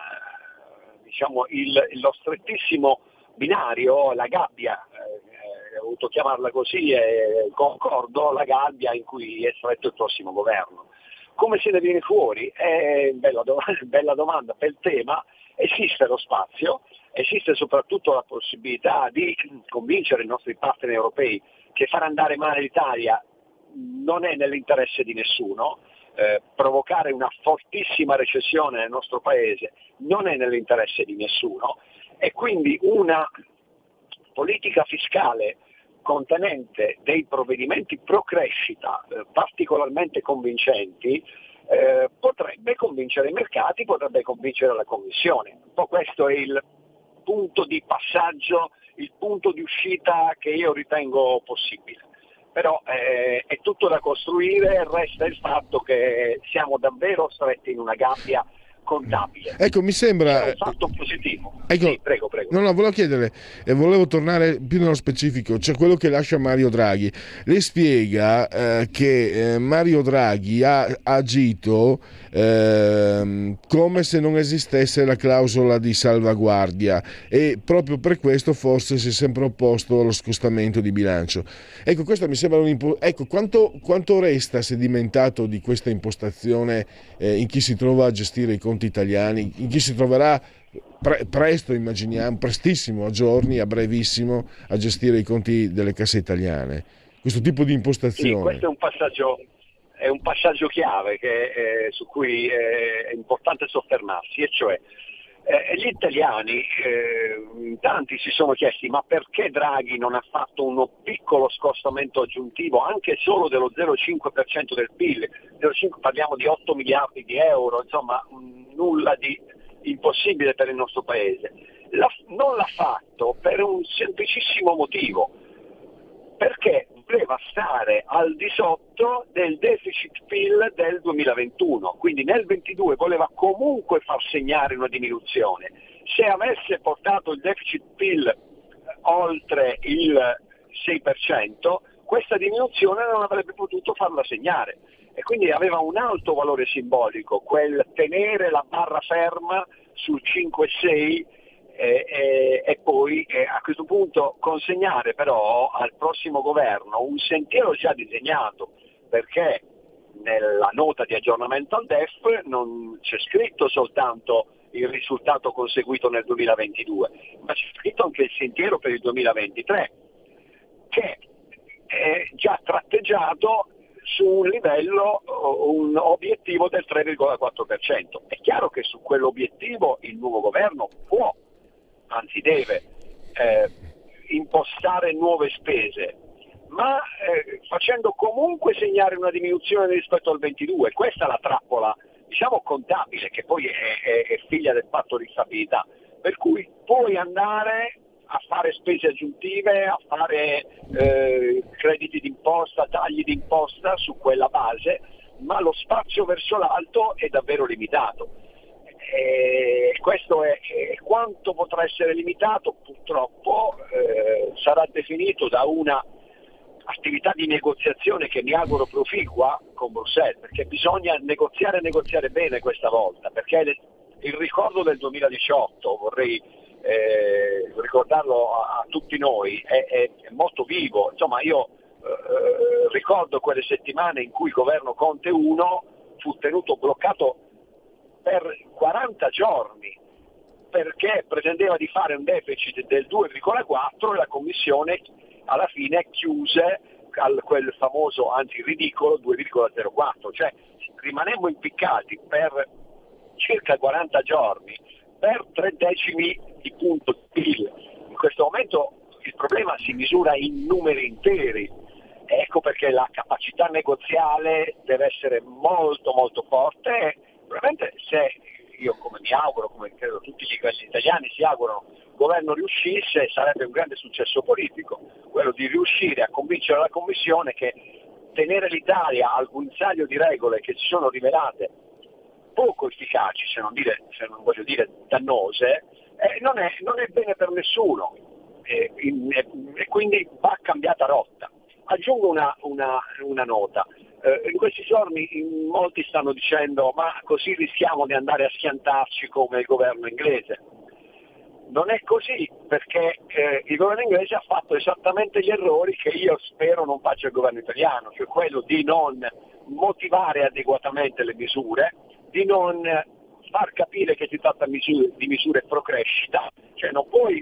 diciamo il, lo strettissimo binario, la gabbia, eh, ho voluto chiamarla così e concordo, la gabbia in cui è stretto il prossimo governo. Come se ne viene fuori? È bella, do- bella domanda per il tema. Esiste lo spazio, esiste soprattutto la possibilità di convincere i nostri partner europei che far andare male l'Italia non è nell'interesse di nessuno. Eh, provocare una fortissima recessione nel nostro paese non è nell'interesse di nessuno, e quindi una politica fiscale contenente dei provvedimenti pro crescita eh, particolarmente convincenti eh, potrebbe potrebbe convincere i mercati, potrebbe convincere la Commissione. Un po' questo è il punto di passaggio, il punto di uscita che io ritengo possibile. Però eh, è tutto da costruire, resta il fatto che siamo davvero stretti in una gabbia contabile. Ecco, mi sembra è un fatto positivo. Ecco, sì, prego, prego. No, no, volevo chiedere e volevo tornare più nello specifico, cioè quello che lascia Mario Draghi. Lei spiega eh, che eh, Mario Draghi ha, ha agito eh, come se non esistesse la clausola di salvaguardia e proprio per questo forse si è sempre opposto allo scostamento di bilancio. Ecco, questo mi sembra un impo- ecco, quanto, quanto resta sedimentato di questa impostazione eh, in chi si trova a gestire i conti italiani, in chi si troverà pre- presto, immaginiamo, prestissimo, a giorni, a brevissimo, a gestire i conti delle casse italiane. Questo tipo di impostazione. Sì, questo è un passaggio, è un passaggio chiave che, eh, su cui eh, è importante soffermarsi, e cioè eh, gli italiani, eh, tanti si sono chiesti ma perché Draghi non ha fatto uno piccolo scostamento aggiuntivo anche solo dello zero virgola cinque per cento del P I L, zero virgola cinque parliamo di otto miliardi di euro, insomma nulla di impossibile per il nostro paese. La, non l'ha fatto per un semplicissimo motivo, perché voleva stare al di sotto del deficit P I L del duemilaventuno, quindi nel ventidue voleva comunque far segnare una diminuzione. Se avesse portato il deficit P I L oltre il sei per cento, questa diminuzione non avrebbe potuto farla segnare, e quindi aveva un alto valore simbolico quel tenere la barra ferma sul cinque sei e, e, e poi e a questo punto consegnare però al prossimo governo un sentiero già disegnato, perché nella nota di aggiornamento al D E F non c'è scritto soltanto il risultato conseguito nel duemilaventidue, ma c'è scritto anche il sentiero per il duemilaventitré, che è già tratteggiato su un livello, un obiettivo del tre virgola quattro per cento. È chiaro che su quell'obiettivo il nuovo governo può, anzi deve, eh, impostare nuove spese, ma eh, facendo comunque segnare una diminuzione rispetto al ventidue. Questa è la trappola, diciamo, contabile, che poi è, è, è figlia del patto di stabilità, per cui puoi andare a fare spese aggiuntive, a fare eh, crediti d'imposta, tagli d'imposta su quella base, ma lo spazio verso l'alto è davvero limitato. E questo è, è quanto potrà essere limitato, purtroppo eh, sarà definito da una attività di negoziazione che mi auguro proficua con Bruxelles, perché bisogna negoziare e negoziare bene questa volta, perché le, il ricordo del duemiladiciotto, vorrei eh, ricordarlo a, a tutti noi, è, è, è molto vivo. Insomma, io eh, ricordo quelle settimane in cui il governo Conte uno fu tenuto bloccato per quaranta giorni perché pretendeva di fare un deficit del due virgola quattro e la Commissione alla fine chiuse al, quel famoso, anzi ridicolo, due virgola zero quattro, cioè rimanemmo impiccati per circa quaranta giorni per tre decimi di punto di P I L. In questo momento il problema si misura in numeri interi, ecco perché la capacità negoziale deve essere molto molto forte e probabilmente, se io come mi auguro, come credo tutti gli italiani si augurano, il governo riuscisse, sarebbe un grande successo politico, quello di riuscire a convincere la Commissione che tenere l'Italia al guinzaglio di regole che si sono rivelate poco efficaci, se non, dire, se non voglio dire dannose, eh, non, è, non è bene per nessuno e, in, e, e quindi va cambiata rotta. Aggiungo una, una, una nota. Eh, in questi giorni in molti stanno dicendo ma così rischiamo di andare a schiantarci come il governo inglese. Non è così, perché eh, il governo inglese ha fatto esattamente gli errori che io spero non faccia il governo italiano, cioè quello di non motivare adeguatamente le misure, di non far capire che si tratta misure, di misure pro crescita, cioè non puoi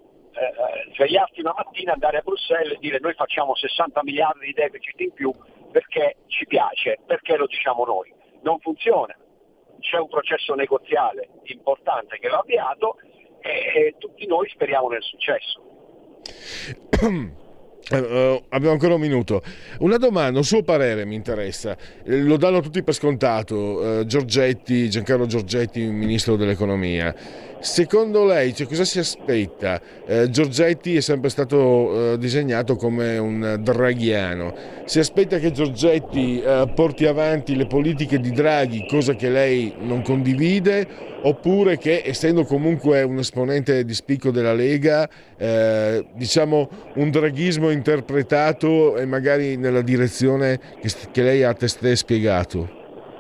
eh, svegliarti una mattina, andare a Bruxelles e dire noi facciamo sessanta miliardi di deficit in più perché ci piace, perché lo diciamo noi. Non funziona, c'è un processo negoziale importante che va avviato e, e tutti noi speriamo nel successo. Eh, uh, abbiamo ancora un minuto. Una domanda, un suo parere mi interessa. Eh, lo danno tutti per scontato. Eh, Giorgetti, Giancarlo Giorgetti, ministro dell'economia. Secondo lei, cioè, cosa si aspetta? Eh, Giorgetti è sempre stato eh, disegnato come un draghiano. Si aspetta che Giorgetti eh, porti avanti le politiche di Draghi, cosa che lei non condivide, oppure che, essendo comunque un esponente di spicco della Lega, eh, diciamo un draghismo interpretato e magari nella direzione che, che lei ha testé spiegato?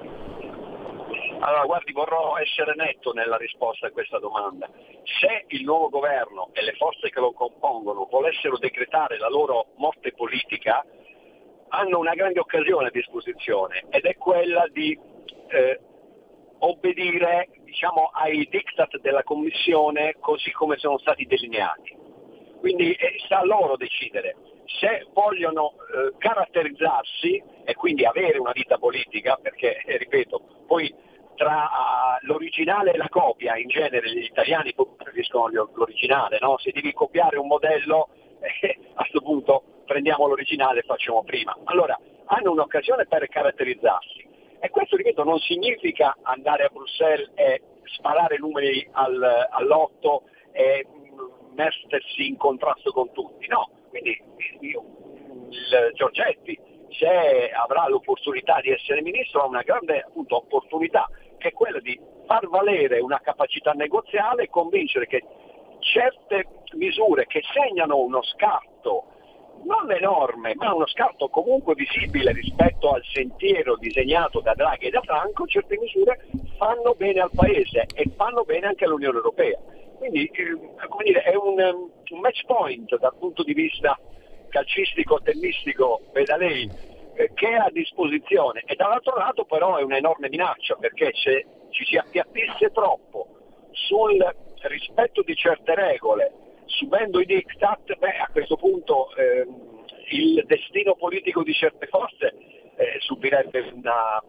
Allora, guardi, vorrò essere netto nella risposta a questa domanda. Se il nuovo governo e le forze che lo compongono volessero decretare la loro morte politica, hanno una grande occasione a disposizione, ed è quella di eh, obbedire, diciamo, ai diktat della Commissione così come sono stati delineati. Quindi eh, sta a loro decidere se vogliono eh, caratterizzarsi e quindi avere una vita politica, perché, eh, ripeto, poi tra uh, l'originale e la copia, in genere gli italiani preferiscono l'originale, no? Se devi copiare un modello, eh, a questo punto prendiamo l'originale e facciamo prima. Allora, hanno un'occasione per caratterizzarsi, e questo, ripeto, non significa andare a Bruxelles e sparare numeri al, all'otto e mettersi in contrasto con tutti, no. Quindi io, il Giorgetti, se avrà l'opportunità di essere ministro, ha una grande, appunto, opportunità, che è quella di far valere una capacità negoziale e convincere che certe misure che segnano uno scarto, non enorme, ma uno scarto comunque visibile rispetto al sentiero disegnato da Draghi e da Franco, certe misure fanno bene al Paese e fanno bene anche all'Unione Europea. Quindi eh, come dire, è un, un match point dal punto di vista calcistico, tennistico, veda lei, eh, che è a disposizione, e dall'altro lato però è un'enorme minaccia, perché se ci si appiattisse troppo sul rispetto di certe regole, subendo i diktat, beh, a questo punto eh, il destino politico di certe forze eh, subirebbe una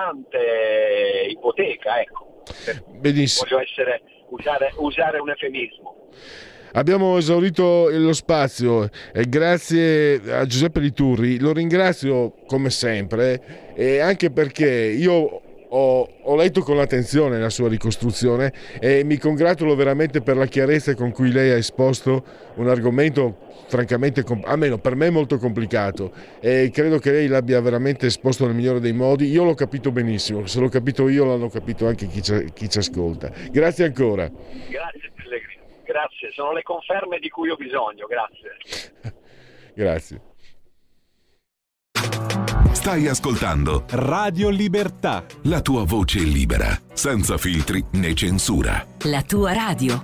pesante ipoteca, ecco. Benissimo. Voglio essere, usare, usare un eufemismo. Abbiamo esaurito lo spazio e grazie a Giuseppe Liturri, lo ringrazio come sempre, e anche perché io ho, ho letto con attenzione la sua ricostruzione e mi congratulo veramente per la chiarezza con cui lei ha esposto un argomento francamente, almeno per me, molto complicato, e credo che lei l'abbia veramente esposto nel migliore dei modi. Io l'ho capito benissimo, se l'ho capito io l'hanno capito anche chi ci, chi ci ascolta. Grazie ancora. Grazie Pellegrino. Grazie, sono le conferme di cui ho bisogno, grazie. Grazie. Stai ascoltando Radio Libertà, la tua voce libera, senza filtri né censura. La tua radio.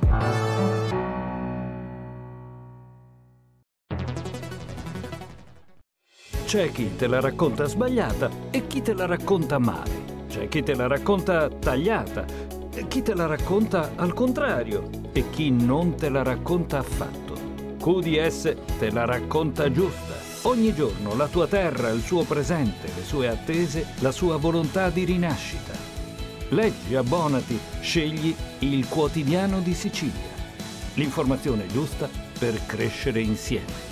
C'è chi te la racconta sbagliata e chi te la racconta male. C'è chi te la racconta tagliata e chi te la racconta al contrario, e chi non te la racconta affatto. Q D S te la racconta giusta. Ogni giorno la tua terra, il suo presente, le sue attese, la sua volontà di rinascita. Leggi, abbonati, scegli il Quotidiano di Sicilia. L'informazione giusta per crescere insieme.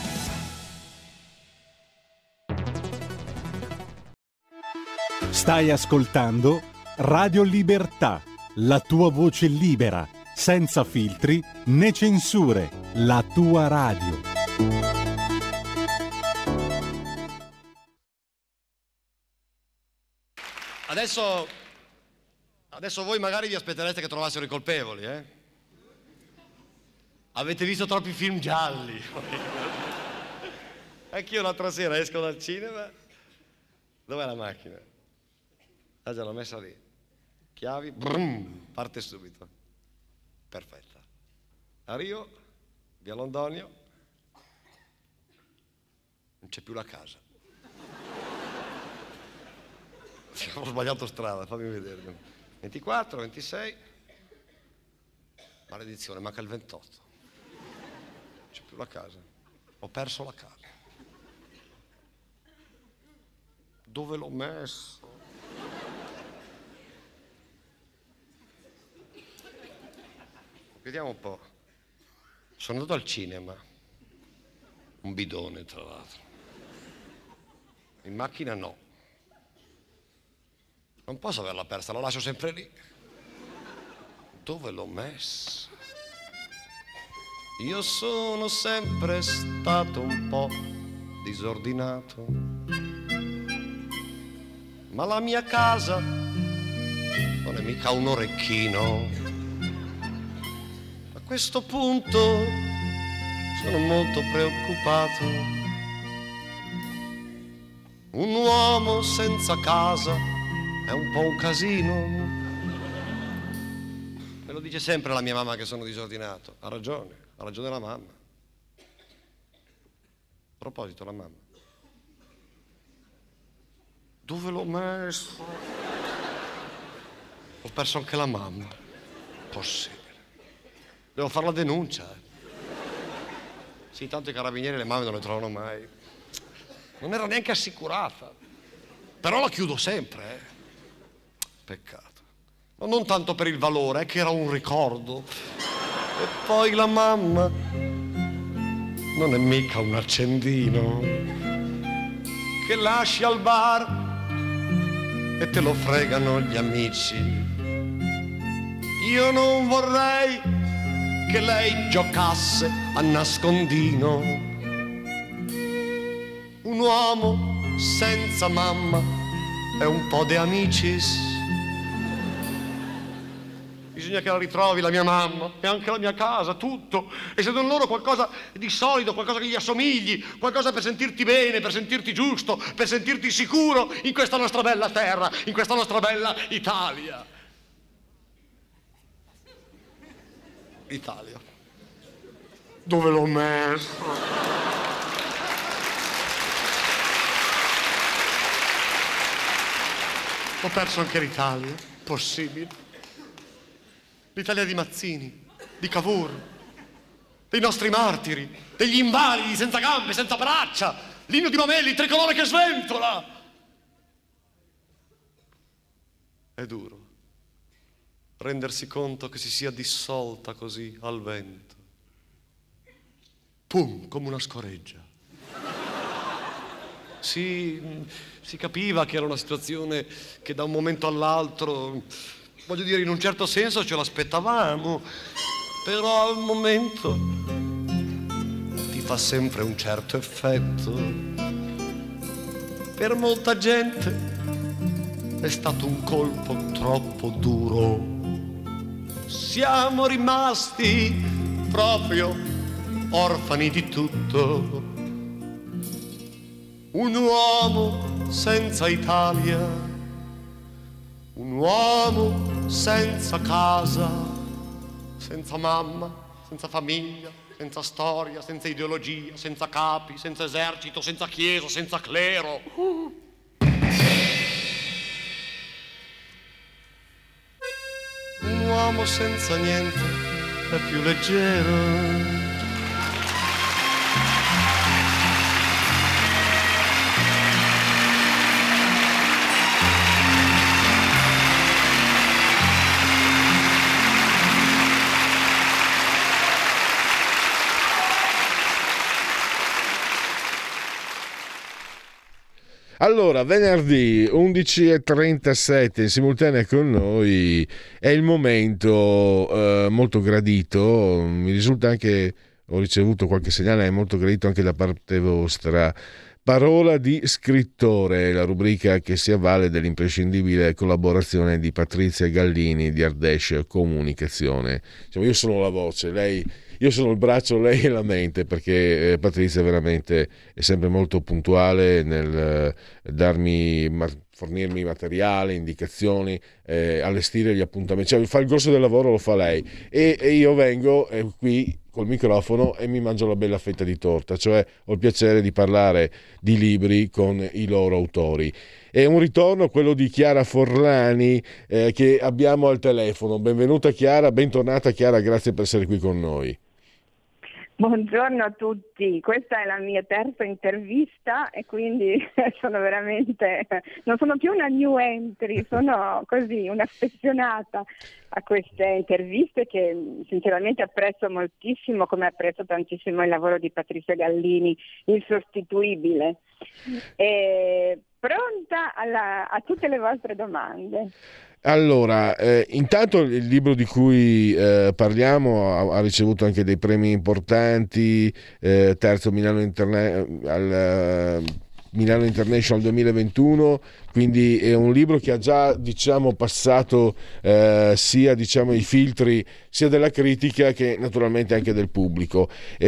Stai ascoltando Radio Libertà, la tua voce libera, senza filtri né censure, la tua radio. Adesso, adesso voi magari vi aspetterete che trovassero i colpevoli, eh? Avete visto troppi film gialli. Anch'io l'altra sera esco dal cinema. Dov'è la macchina? Ah, già l'ho messa lì. Chiavi, brum, parte subito. Perfetta. Arrivo, via Londonio, non c'è più la casa. Ho sbagliato strada, fammi vedere. ventiquattro, ventisei. Maledizione, manca il ventotto. Non c'è più la casa. Ho perso la casa. Dove l'ho messo? Vediamo un po'. Sono andato al cinema. Un bidone, tra l'altro. In macchina no. Non posso averla persa, la lascio sempre lì. Dove l'ho messa? Io sono sempre stato un po' disordinato, ma la mia casa non è mica un orecchino. A questo punto sono molto preoccupato. Un uomo senza casa è un po' un casino. Me lo dice sempre la mia mamma che sono disordinato. Ha ragione, ha ragione la mamma. A proposito, la mamma. Dove l'ho messo? Ho perso anche la mamma. Possibile. Devo fare la denuncia. Eh. Sì, tanto i carabinieri le mamme non le trovano mai. Non era neanche assicurata. Però la chiudo sempre, eh. Peccato. Ma non tanto per il valore, è che era un ricordo. E poi la mamma non è mica un accendino che lasci al bar e te lo fregano gli amici. Io non vorrei che lei giocasse a nascondino. Un uomo senza mamma è un po' de amicis. Bisogna che la ritrovi la mia mamma e anche la mia casa, tutto. E se non loro qualcosa di solido, qualcosa che gli assomigli, qualcosa per sentirti bene, per sentirti giusto, per sentirti sicuro in questa nostra bella terra, in questa nostra bella Italia. Italia. Dove l'ho messo? Ho perso anche l'Italia, possibile. L'Italia di Mazzini, di Cavour, dei nostri martiri, degli invalidi senza gambe, senza braccia, l'inno di Mameli, il tricolore che sventola. È duro rendersi conto che si sia dissolta così al vento. Pum, come una scoreggia. Si, si capiva che era una situazione che da un momento all'altro, voglio dire, in un certo senso ce l'aspettavamo, però al momento ti fa sempre un certo effetto. Per molta gente è stato un colpo troppo duro. Siamo rimasti proprio orfani di tutto. Un uomo senza Italia, un uomo senza casa, senza mamma, senza famiglia, senza storia, senza ideologia, senza capi, senza esercito, senza chiesa, senza clero. Uh. Un uomo senza niente è più leggero. Allora, venerdì undici e trentasette in simultanea con noi è il momento eh, molto gradito, mi risulta anche, ho ricevuto qualche segnale, è molto gradito anche da parte vostra. Parola di scrittore, la rubrica che si avvale dell'imprescindibile collaborazione di Patrizia Gallini di Ardèche Comunicazione. Diciamo, io sono la voce, lei, io sono il braccio, lei è la mente, perché eh, Patrizia veramente è sempre molto puntuale nel eh, darmi, ma, fornirmi materiale, indicazioni, eh, allestire gli appuntamenti, cioè fa il grosso del lavoro, lo fa lei e, e io vengo eh, qui col microfono e mi mangio la bella fetta di torta, cioè ho il piacere di parlare di libri con i loro autori. È un ritorno quello di Chiara Forlani eh, che abbiamo al telefono. Benvenuta Chiara, bentornata Chiara, grazie per essere qui con noi. Buongiorno a tutti, questa è la mia terza intervista e quindi sono veramente, non sono più una new entry, sono così una affezionata a queste interviste che sinceramente apprezzo moltissimo, come apprezzo tantissimo il lavoro di Patrizia Gallini, insostituibile. E pronta alla, a tutte le vostre domande. Allora, eh, intanto il libro di cui eh, parliamo ha, ha ricevuto anche dei premi importanti, eh, terzo Milano, Interna- al uh, Milano International duemilaventuno, quindi è un libro che ha già, diciamo, passato eh, sia, diciamo, i filtri sia della critica che naturalmente anche del pubblico.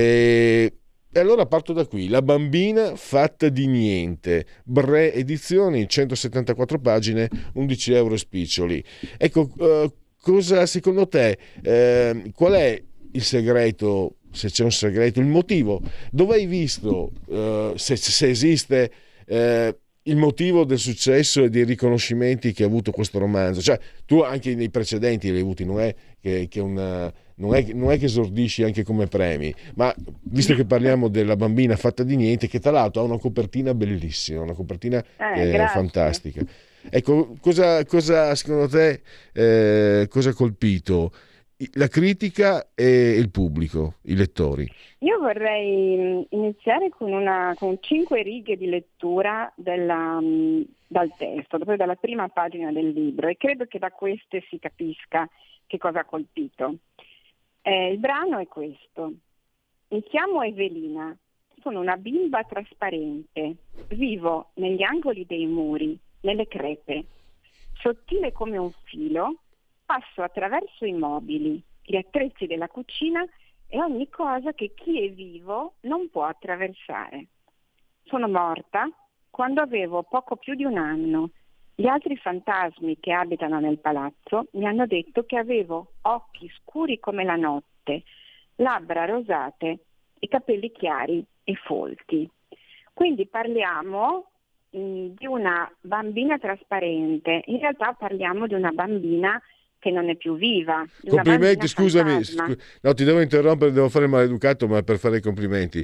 E E allora parto da qui, La bambina fatta di niente, Bre Edizioni, centosettantaquattro pagine, undici euro e spiccioli. Ecco, eh, cosa secondo te, eh, qual è il segreto, se c'è un segreto, il motivo? Dove hai visto, eh, se, se esiste, eh, il motivo del successo e dei riconoscimenti che ha avuto questo romanzo? Cioè, tu anche nei precedenti li hai avuti, non è che, che una... Non è, non è che esordisci anche come premi, ma visto che parliamo della bambina fatta di niente, che tra l'altro ha una copertina bellissima, una copertina eh, eh, fantastica. Ecco, cosa, cosa secondo te eh, cosa ha colpito la critica e il pubblico, i lettori? Io vorrei iniziare con, una, con cinque righe di lettura della, dal testo, proprio dalla prima pagina del libro, e credo che da queste si capisca che cosa ha colpito. Eh, il brano è questo. Mi chiamo Evelina, sono una bimba trasparente, vivo negli angoli dei muri, nelle crepe. Sottile come un filo, passo attraverso i mobili, gli attrezzi della cucina e ogni cosa che chi è vivo non può attraversare. Sono morta quando avevo poco più di un anno. Gli altri fantasmi che abitano nel palazzo mi hanno detto che avevo occhi scuri come la notte, labbra rosate e capelli chiari e folti. Quindi parliamo mh, di una bambina trasparente, in realtà parliamo di una bambina che non è più viva. Complimenti, scusami, scu- no, ti devo interrompere, devo fare il maleducato, ma per fare i complimenti.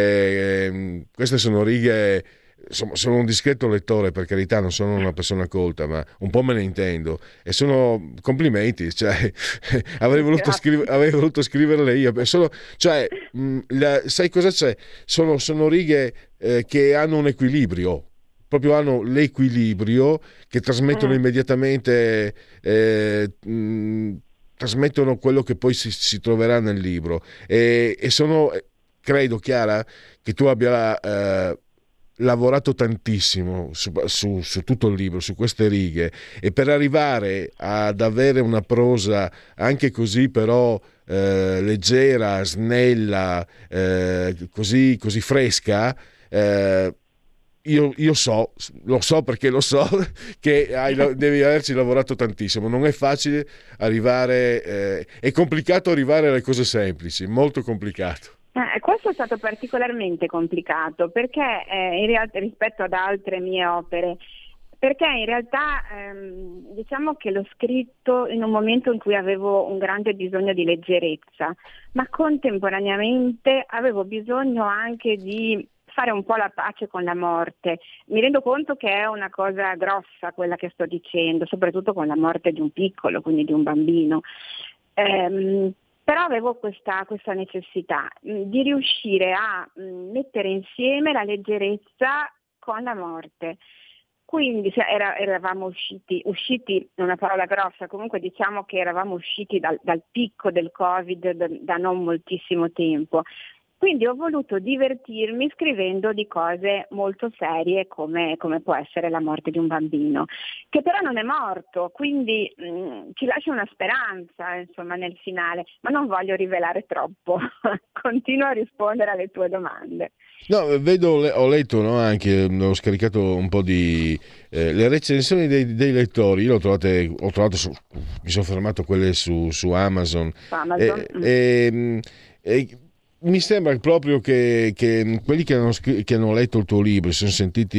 Eh, eh, queste sono righe... Insomma, sono un discreto lettore, per carità, non sono una persona colta, ma un po' me ne intendo e sono complimenti, cioè avrei voluto, scriver, avrei voluto scriverle io, sono, cioè, mh, la, sai cosa c'è? Sono, sono righe eh, che hanno un equilibrio, proprio hanno l'equilibrio che trasmettono immediatamente eh, mh, trasmettono quello che poi si, si troverà nel libro e, e sono, credo, Chiara, che tu abbia eh, lavorato tantissimo su, su, su tutto il libro, su queste righe, e per arrivare ad avere una prosa anche così però eh, leggera, snella, eh, così, così fresca, eh, io, io so, lo so perché lo so, che hai, devi averci lavorato tantissimo. Non è facile arrivare, eh, è complicato arrivare alle cose semplici, molto complicato. Eh, questo è stato particolarmente complicato perché eh, in realtà, rispetto ad altre mie opere, perché in realtà ehm, diciamo che l'ho scritto in un momento in cui avevo un grande bisogno di leggerezza, ma contemporaneamente avevo bisogno anche di fare un po' la pace con la morte. Mi rendo conto che è una cosa grossa quella che sto dicendo, soprattutto con la morte di un piccolo, quindi di un bambino. Ehm, Però avevo questa, questa necessità mh, di riuscire a mh, mettere insieme la leggerezza con la morte. Quindi cioè, era, eravamo usciti, usciti, è una parola grossa, comunque diciamo che eravamo usciti dal, dal picco del Covid da, da non moltissimo tempo. Quindi ho voluto divertirmi scrivendo di cose molto serie come, come può essere la morte di un bambino, che però non è morto, quindi mh, ci lascia una speranza insomma nel finale, ma non voglio rivelare troppo. Continuo a rispondere alle tue domande. No, vedo, ho letto, no, anche, ho scaricato un po' di eh, le recensioni dei, dei lettori, io l'ho trovate, ho trovato, su, mi sono fermato quelle su, su Amazon, su Amazon. E, e, e, mi sembra proprio che, che quelli che hanno, che hanno letto il tuo libro si sono sentiti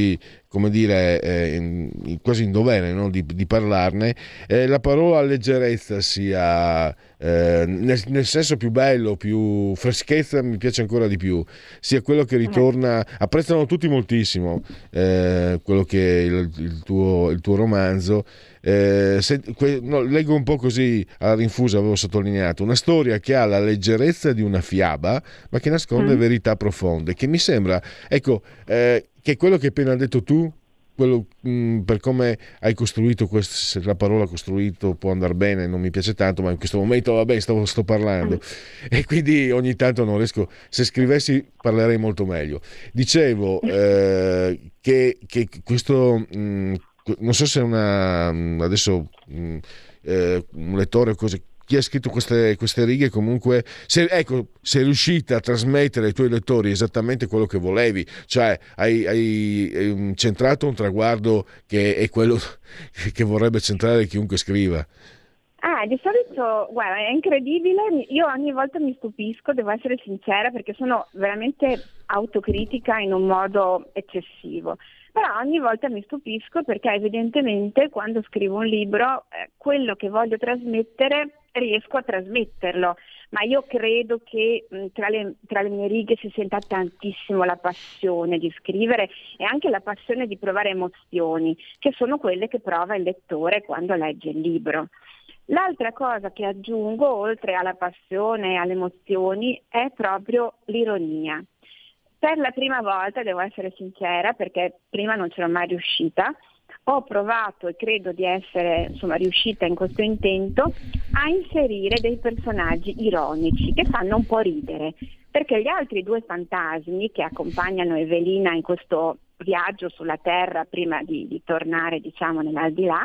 come dire, eh, quasi in dovere, no? di, di parlarne, eh, la parola leggerezza sia eh, nel, nel senso più bello, più freschezza, mi piace ancora di più, sia quello che ritorna, apprezzano tutti moltissimo eh, quello che è il, il, tuo, il tuo romanzo. Eh, se, que, no, leggo un po' così alla rinfusa, avevo sottolineato una storia che ha la leggerezza di una fiaba ma che nasconde mm. verità profonde, che mi sembra, ecco, eh, che quello che hai appena detto tu, quello, mh, per come hai costruito questo, se la parola costruito può andare bene, non mi piace tanto, ma in questo momento vabbè sto, sto parlando mm. e quindi ogni tanto non riesco, se scrivessi parlerei molto meglio. Dicevo eh, che, che questo mh, non so se è una adesso mh, eh, un lettore o cose, chi ha scritto queste, queste righe comunque se, ecco, sei riuscita a trasmettere ai tuoi lettori esattamente quello che volevi, cioè hai, hai, hai centrato un traguardo che è quello che vorrebbe centrare chiunque scriva. Ah, di solito, guarda, è incredibile, io ogni volta mi stupisco, devo essere sincera, perché sono veramente autocritica in un modo eccessivo, però ogni volta mi stupisco perché evidentemente quando scrivo un libro eh, quello che voglio trasmettere riesco a trasmetterlo, ma io credo che mh, tra, le, tra le mie righe si senta tantissimo la passione di scrivere e anche la passione di provare emozioni, che sono quelle che prova il lettore quando legge il libro. L'altra cosa che aggiungo, oltre alla passione e alle emozioni, è proprio l'ironia. Per la prima volta, devo essere sincera, perché prima non c'ero mai riuscita, ho provato e credo di essere insomma riuscita in questo intento a inserire dei personaggi ironici che fanno un po' ridere, perché gli altri due fantasmi che accompagnano Evelina in questo viaggio sulla Terra prima di, di tornare, diciamo, nell'aldilà,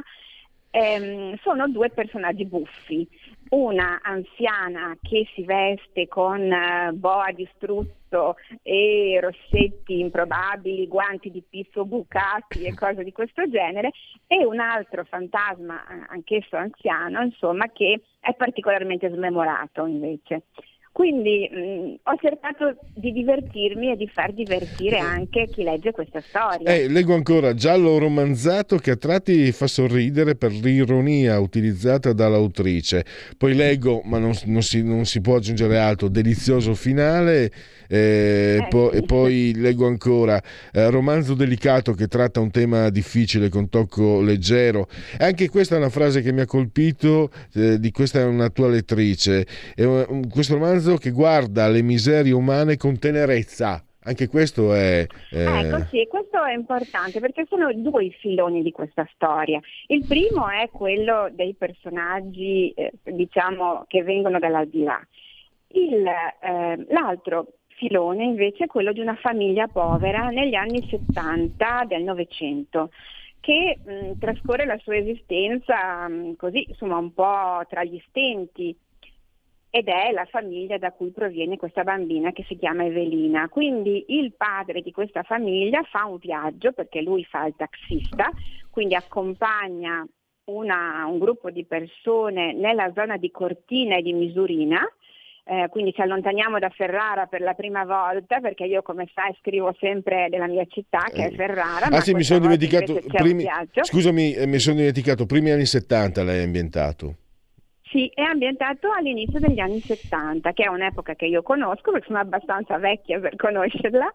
ehm, sono due personaggi buffi. Una anziana che si veste con uh, boa di struzzo e rossetti improbabili, guanti di pizzo bucati e cose di questo genere, e un altro fantasma, anch'esso anziano, insomma, che è particolarmente smemorato invece. Quindi mh, ho cercato di divertirmi e di far divertire anche chi legge questa storia. Eh, leggo ancora, giallo romanzato che a tratti fa sorridere per l'ironia utilizzata dall'autrice. Poi leggo, ma non, non, si, non si può aggiungere altro, delizioso finale. Eh, eh, po- sì. E poi leggo ancora, eh, romanzo delicato che tratta un tema difficile con tocco leggero. Anche questa è una frase che mi ha colpito, eh, di questa è una tua lettrice. È un, questo romanzo che guarda le miserie umane con tenerezza, anche questo è eh... ecco sì, questo è importante perché sono due i filoni di questa storia. Il primo è quello dei personaggi eh, diciamo che vengono dall'aldilà. Il, eh, l'altro filone invece è quello di una famiglia povera negli anni settanta del Novecento, che mh, trascorre la sua esistenza mh, così insomma un po' tra gli stenti, ed è la famiglia da cui proviene questa bambina che si chiama Evelina. Quindi il padre di questa famiglia fa un viaggio, perché lui fa il taxista, quindi accompagna una, un gruppo di persone nella zona di Cortina e di Misurina, eh, quindi ci allontaniamo da Ferrara per la prima volta, perché io, come sai, scrivo sempre della mia città, che è Ferrara. Ah sì, mi sono dimenticato, primi, scusami, mi sono dimenticato, primi anni settanta lei è ambientato. Sì, è ambientato all'inizio degli anni settanta, che è un'epoca che io conosco perché sono abbastanza vecchia per conoscerla,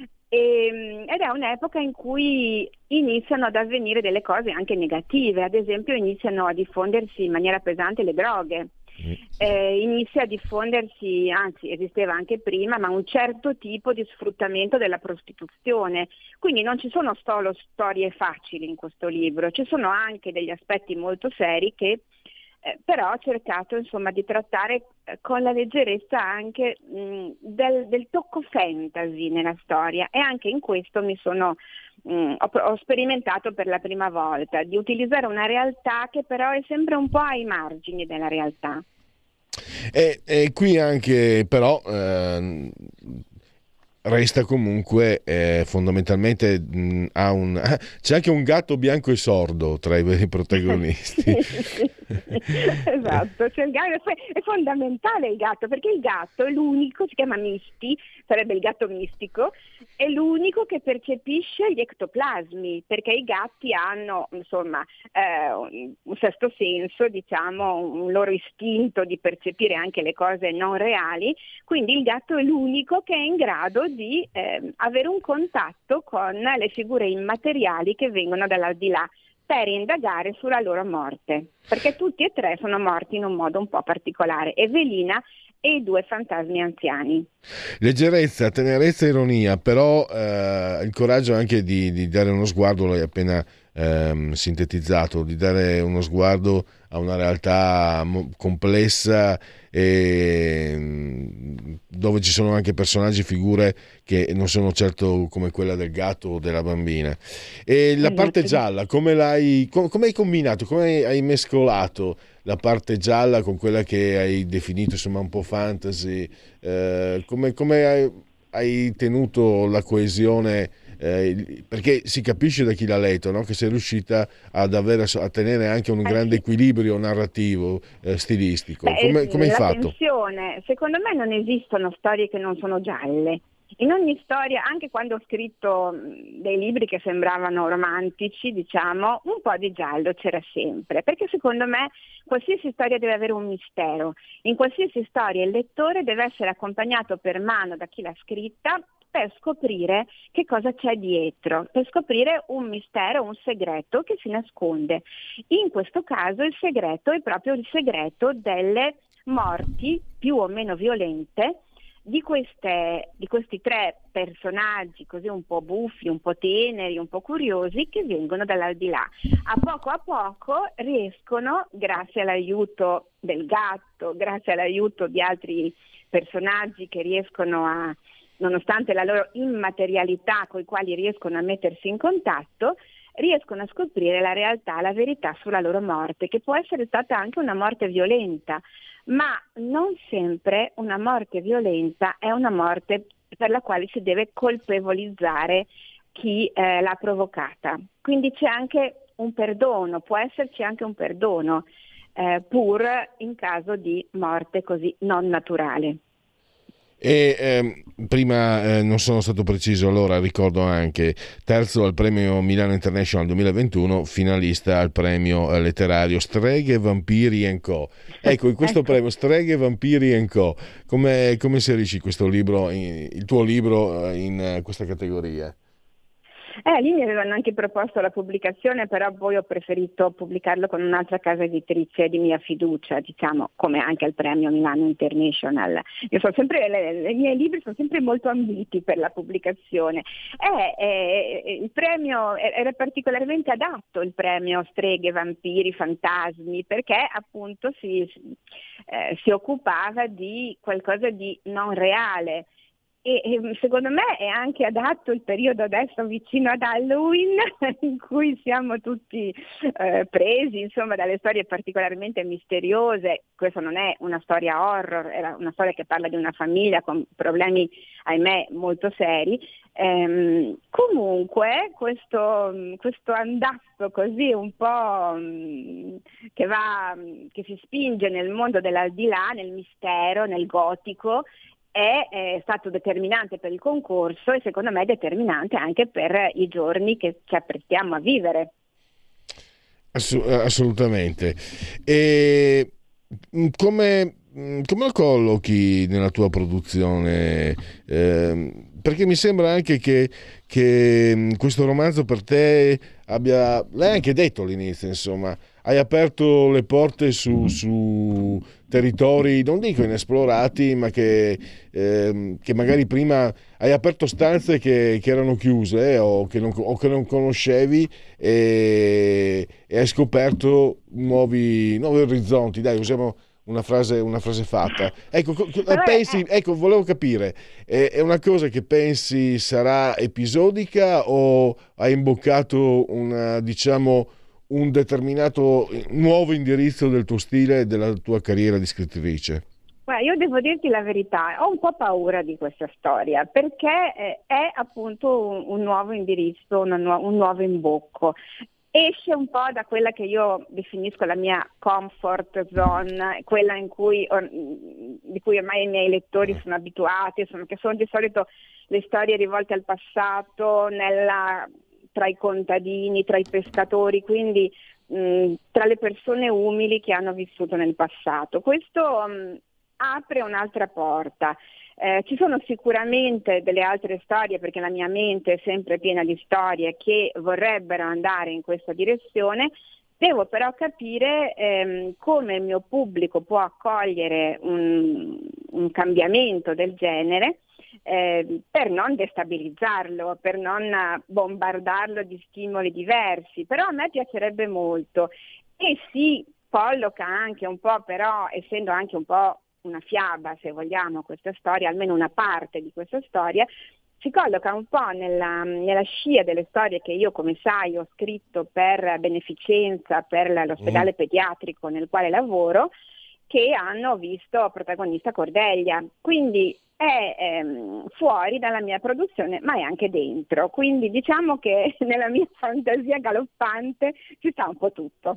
e, ed è un'epoca in cui iniziano ad avvenire delle cose anche negative. Ad esempio iniziano a diffondersi in maniera pesante le droghe, eh, inizia a diffondersi, anzi esisteva anche prima, ma un certo tipo di sfruttamento della prostituzione. Quindi non ci sono solo storie facili in questo libro, ci sono anche degli aspetti molto seri che Eh, però ho cercato insomma di trattare eh, con la leggerezza anche mh, del, del tocco fantasy nella storia, e anche in questo mi sono mh, ho, ho sperimentato per la prima volta di utilizzare una realtà che però è sempre un po' ai margini della realtà. E, e qui anche però eh, resta comunque eh, fondamentalmente mh, ha un c'è anche un gatto bianco e sordo tra i veri protagonisti. Sì, Esatto, cioè il gatto è fondamentale, il gatto, perché il gatto è l'unico, si chiama Misty, sarebbe il gatto mistico, è l'unico che percepisce gli ectoplasmi, perché i gatti hanno insomma eh, un, un sesto senso, diciamo, un loro istinto di percepire anche le cose non reali, quindi il gatto è l'unico che è in grado di eh, avere un contatto con le figure immateriali che vengono dall'aldilà, per indagare sulla loro morte, perché tutti e tre sono morti in un modo un po' particolare, Evelina e i due fantasmi anziani. Leggerezza, tenerezza e ironia, però eh, il coraggio anche di, di dare uno sguardo, l'hai appena ehm, sintetizzato, di dare uno sguardo a una realtà mo- complessa e dove ci sono anche personaggi, figure che non sono certo come quella del gatto o della bambina. E la parte gialla, come l'hai com- come hai combinato, come hai mescolato la parte gialla con quella che hai definito insomma un po' fantasy, eh, come, come hai, hai tenuto la coesione, eh, perché si capisce da chi l'ha letto, no? Che sei riuscita ad avere, a tenere anche un grande equilibrio narrativo, eh, stilistico. Beh, come, come hai la fatto? tensione, secondo me non esistono storie che non sono gialle. In ogni storia, anche quando ho scritto dei libri che sembravano romantici, diciamo, un po' di giallo c'era sempre, perché secondo me qualsiasi storia deve avere un mistero. In qualsiasi storia il lettore deve essere accompagnato per mano da chi l'ha scritta per scoprire che cosa c'è dietro, per scoprire un mistero, un segreto che si nasconde. In questo caso il segreto è proprio il segreto delle morti più o meno violente di, queste, di questi tre personaggi così un po' buffi, un po' teneri, un po' curiosi, che vengono dall'aldilà. A poco a poco riescono, grazie all'aiuto del gatto, grazie all'aiuto di altri personaggi che riescono a, nonostante la loro immaterialità, con i quali riescono a mettersi in contatto, riescono a scoprire la realtà, la verità sulla loro morte, che può essere stata anche una morte violenta, ma non sempre una morte violenta è una morte per la quale si deve colpevolizzare chi eh, l'ha provocata. Quindi c'è anche un perdono, può esserci anche un perdono, eh, pur in caso di morte così non naturale. E ehm, prima eh, non sono stato preciso, allora ricordo anche terzo al premio Milano International duemilaventuno, finalista al premio eh, letterario Streghe, Vampiri and Co. Ecco, in questo ecco. premio Streghe, Vampiri and Co. Come, come inserisci questo libro, in, il tuo libro in uh, questa categoria? Eh, lì mi avevano anche proposto la pubblicazione, però poi ho preferito pubblicarlo con un'altra casa editrice di mia fiducia, diciamo, come anche al premio Milano International. Io sono sempre, le, le, i miei libri sono sempre molto ambiti per la pubblicazione. Eh, eh, il premio era particolarmente adatto, il premio Streghe, Vampiri, Fantasmi, perché appunto si, eh, si occupava di qualcosa di non reale. E, e secondo me è anche adatto il periodo adesso vicino ad Halloween, in cui siamo tutti eh, presi insomma dalle storie particolarmente misteriose. Questa non è una storia horror, è una storia che parla di una famiglia con problemi, ahimè, molto seri. Ehm, comunque questo, questo andazzo così un po' mh, che va, che si spinge nel mondo dell'aldilà, nel mistero, nel gotico, È, è stato determinante per il concorso e secondo me determinante anche per i giorni che ci apprestiamo a vivere. Assolutamente. E come, come lo collochi nella tua produzione? Eh, perché mi sembra anche che, che questo romanzo per te abbia, l'hai anche detto all'inizio, insomma, hai aperto le porte su, su territori, non dico inesplorati, ma che, eh, che magari prima hai aperto stanze che, che erano chiuse eh, o, che non, o che non conoscevi e, e hai scoperto nuovi, nuovi orizzonti. Dai, usiamo una frase, una frase fatta. Ecco, pensi, ecco, volevo capire, è una cosa che pensi sarà episodica o hai imboccato una, diciamo, un determinato nuovo indirizzo del tuo stile e della tua carriera di scrittrice? Guarda, io devo dirti la verità, ho un po' paura di questa storia perché eh, è appunto un, un nuovo indirizzo, una nu- un nuovo imbocco. esce un po' da quella che io definisco la mia comfort zone, quella in cui, or, di cui ormai i miei lettori sono abituati, insomma, che sono di solito le storie rivolte al passato, nella, tra i contadini, tra i pescatori, quindi mh, tra le persone umili che hanno vissuto nel passato. Questo mh, apre un'altra porta. Eh, ci sono sicuramente delle altre storie, perché la mia mente è sempre piena di storie che vorrebbero andare in questa direzione. Devo però capire ehm, come il mio pubblico può accogliere un, un cambiamento del genere eh, per non destabilizzarlo, per non bombardarlo di stimoli diversi. Però a me piacerebbe molto, e si colloca anche un po', però essendo anche un po' una fiaba, se vogliamo, questa storia, almeno una parte di questa storia, si colloca un po' nella, nella scia delle storie che io, come sai, ho scritto per beneficenza, per l'ospedale mm. pediatrico nel quale lavoro, che hanno visto protagonista Cordelia. Quindi è ehm, fuori dalla mia produzione, ma è anche dentro. Quindi diciamo che nella mia fantasia galoppante ci sta un po' tutto.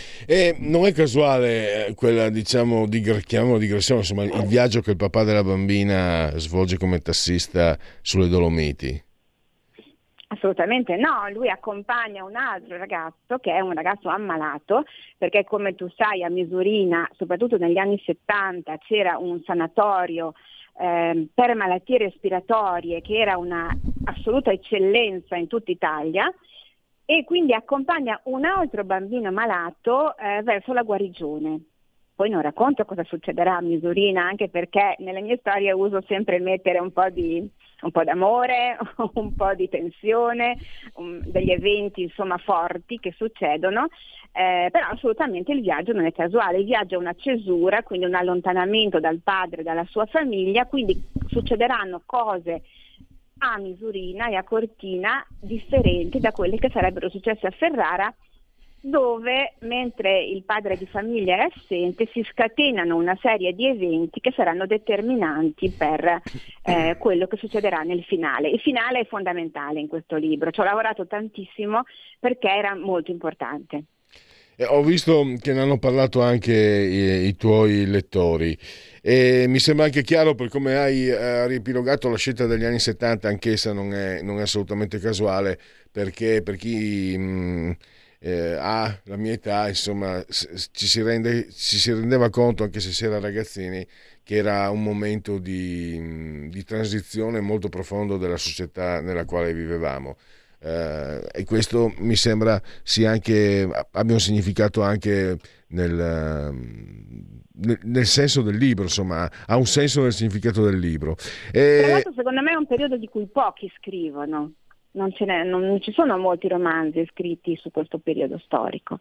E non è casuale quella, diciamo, digre- chiamiamolo digressione, insomma, il viaggio che il papà della bambina svolge come tassista sulle Dolomiti? Assolutamente no, lui accompagna un altro ragazzo che è un ragazzo ammalato, perché come tu sai a Misurina, soprattutto negli anni settanta, c'era un sanatorio eh, per malattie respiratorie che era una assoluta eccellenza in tutta Italia, e quindi accompagna un altro bambino malato eh, verso la guarigione. Poi non racconto cosa succederà a Misurina, anche perché nelle mie storie uso sempre mettere un po' di un po' d'amore, un po' di tensione, um, degli eventi insomma forti che succedono, eh, però assolutamente il viaggio non è casuale, il viaggio è una cesura, quindi un allontanamento dal padre e dalla sua famiglia, quindi succederanno cose a Misurina e a Cortina differenti da quelle che sarebbero successe a Ferrara, dove mentre il padre di famiglia è assente si scatenano una serie di eventi che saranno determinanti per eh, quello che succederà nel finale. Il finale è fondamentale in questo libro, ci ho lavorato tantissimo perché era molto importante. Eh, ho visto che ne hanno parlato anche i, i tuoi lettori e mi sembra anche chiaro, per come hai eh, riepilogato la scelta degli anni settanta, anch'essa non è, non è assolutamente casuale, perché per chi... Mh, Eh, ha la mia età, insomma, ci si, rende, ci si rendeva conto, anche se si era ragazzini, che era un momento di, di transizione molto profondo della società nella quale vivevamo, eh, e questo mi sembra sia anche abbia un significato anche nel, nel, nel senso del libro, insomma, ha un senso nel significato del libro. E... Tra l'altro, secondo me è un periodo di cui pochi scrivono. Non, ce n'è, non, non ci sono molti romanzi scritti su questo periodo storico.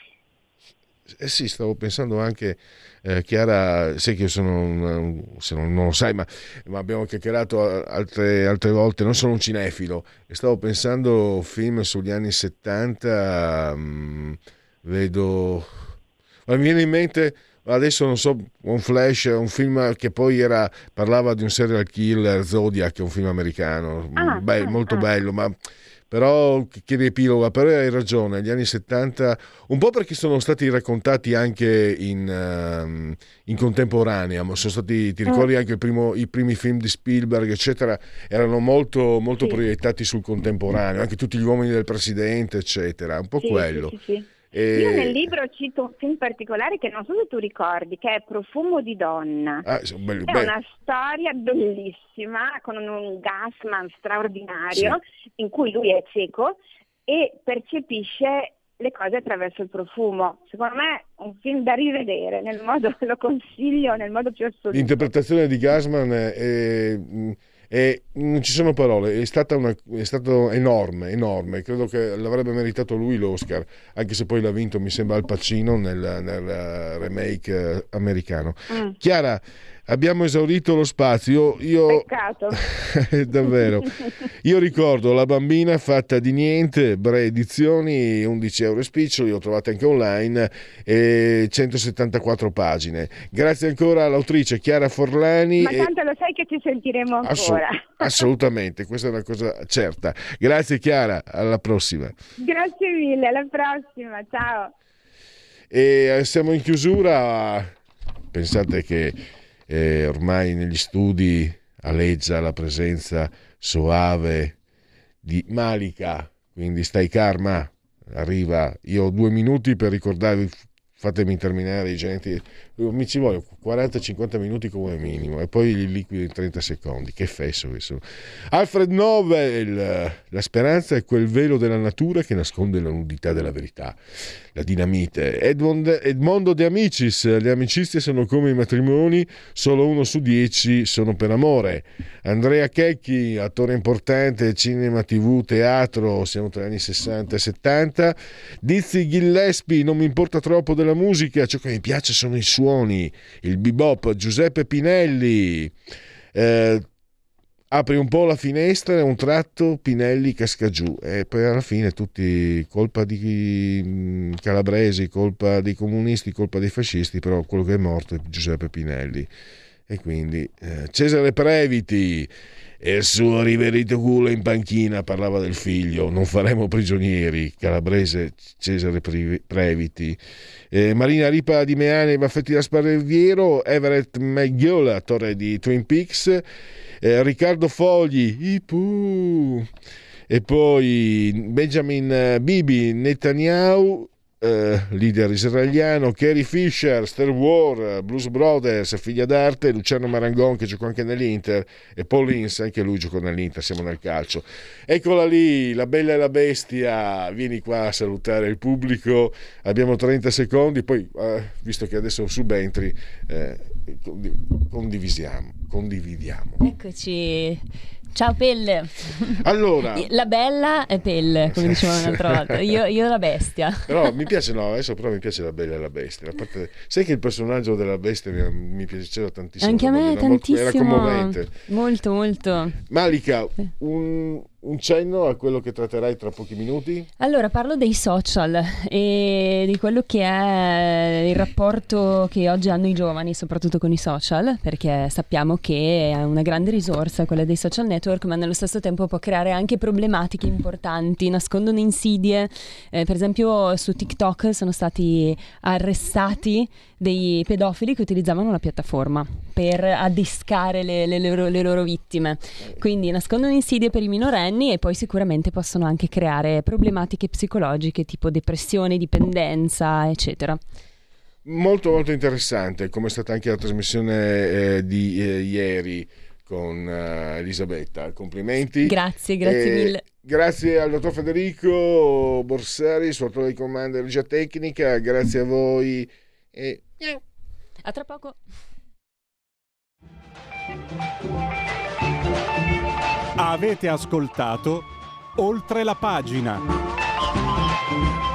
Eh sì, stavo pensando anche, eh, Chiara, sai che io sono, un, se non, non lo sai, ma, ma abbiamo chiacchierato altre, altre volte, non sono un cinefilo, e stavo pensando film sugli anni settanta, mh, vedo, ma mi viene in mente... Adesso non so, un flash, un film che poi era parlava di un serial killer, Zodiac, che è un film americano, ah, be- ah, molto ah. bello, ma però che riepiloga, però hai ragione, gli anni settanta, un po' perché sono stati raccontati anche in, uh, in contemporanea, ma sono stati, ti ricordi anche il primo, i primi film di Spielberg, eccetera, erano molto, molto sì. proiettati sul contemporaneo, anche tutti gli uomini del presidente, eccetera, un po' sì, quello. Sì, sì, sì. E... Io nel libro cito un film particolare che non so se tu ricordi, che è Profumo di donna. Ah, belli, è belli. Una storia bellissima con un Gassman straordinario, sì. in cui lui è cieco e percepisce le cose attraverso il profumo. Secondo me è un film da rivedere, nel modo, lo consiglio nel modo più assoluto. L'interpretazione di Gassman è, è, è, non ci sono parole, è stata una, è stato enorme, enorme. Credo che l'avrebbe meritato lui l'Oscar, anche se poi l'ha vinto, mi sembra, Al Pacino nel, nel remake americano. Mm. Chiara, abbiamo esaurito lo spazio. Io... Peccato. Davvero. Io ricordo La bambina fatta di niente, Bre Edizioni, undici euro spiccioli, ho trovato anche online, e centosettantaquattro pagine. Grazie ancora all'autrice Chiara Forlani. Ma e... tanto lo sai che ci sentiremo ancora. Assolut- assolutamente, questa è una cosa certa. Grazie Chiara, alla prossima. Grazie mille, alla prossima, ciao. E siamo in chiusura. Pensate che eh, ormai negli studi aleggia la presenza soave di Malika, quindi stai calma, arriva. Io ho due minuti per ricordarvi, fatemi terminare i genti, mi ci voglio quaranta cinquanta minuti come minimo e poi li liquido in trenta secondi. Che fesso che sono. Alfred Nobel, la speranza è quel velo della natura che nasconde la nudità della verità. La dinamite. Edmond, Edmondo De Amicis, le amicizie sono come i matrimoni, solo uno su dieci sono per amore. Andrea Checchi, attore importante, cinema, tv, teatro, siamo tra gli anni sessanta e settanta. Dizzy Gillespie, non mi importa troppo della musica, ciò che mi piace sono i suoni. Il bebop. Giuseppe Pinelli, eh, apri un po' la finestra e a un tratto Pinelli casca giù e poi alla fine tutti colpa di calabresi, colpa dei comunisti, colpa dei fascisti, però quello che è morto è Giuseppe Pinelli. E quindi eh, Cesare Previti e il suo riverito culo in panchina parlava del figlio, non faremo prigionieri, calabrese Cesare Previti. Eh, Marina Ripa di Meane, Baffetti da Sparviero, Everett McGill, attore di Twin Peaks, eh, Riccardo Fogli, Ipu, e poi Benjamin Bibi Netanyahu, eh, leader israeliano, Carrie Fisher, Star Wars, Blues Brothers, figlia d'arte, Luciano Marangon che giocò anche nell'Inter e Paul Ince, anche lui giocò nell'Inter, siamo nel calcio. Eccola lì, la Bella e la Bestia, vieni qua a salutare il pubblico, abbiamo trenta secondi, poi eh, visto che adesso subentri eh, condivisiamo, condividiamo. Eccoci. Ciao Pelle. Allora, la bella è Pelle, come dicevamo un'altra volta. Io, io la bestia. Però mi piace, no, adesso però mi piace la Bella e la Bestia. La parte, sai che il personaggio della bestia mi, mi piaceva tantissimo. Anche a me era tantissimo. Molto, era commovente. Molto, molto. Malika, un, un cenno a quello che tratterai tra pochi minuti. Allora, parlo dei social e di quello che è il rapporto che oggi hanno i giovani, soprattutto con i social, perché sappiamo che è una grande risorsa quella dei social network, ma nello stesso tempo può creare anche problematiche importanti, nascondono insidie. Eh, per esempio su TikTok sono stati arrestati dei pedofili che utilizzavano la piattaforma per addescare le, le, loro, le loro vittime, quindi nascondono insidie per i minorenni e poi sicuramente possono anche creare problematiche psicologiche tipo depressione, dipendenza, eccetera. Molto molto interessante, come è stata anche la trasmissione eh, di eh, ieri con uh, Elisabetta. Complimenti. Grazie, grazie eh, mille. Grazie al dottor Federico Borsari, suo autore di comando e regia tecnica. Grazie a voi e a tra poco. Avete ascoltato Oltre la pagina.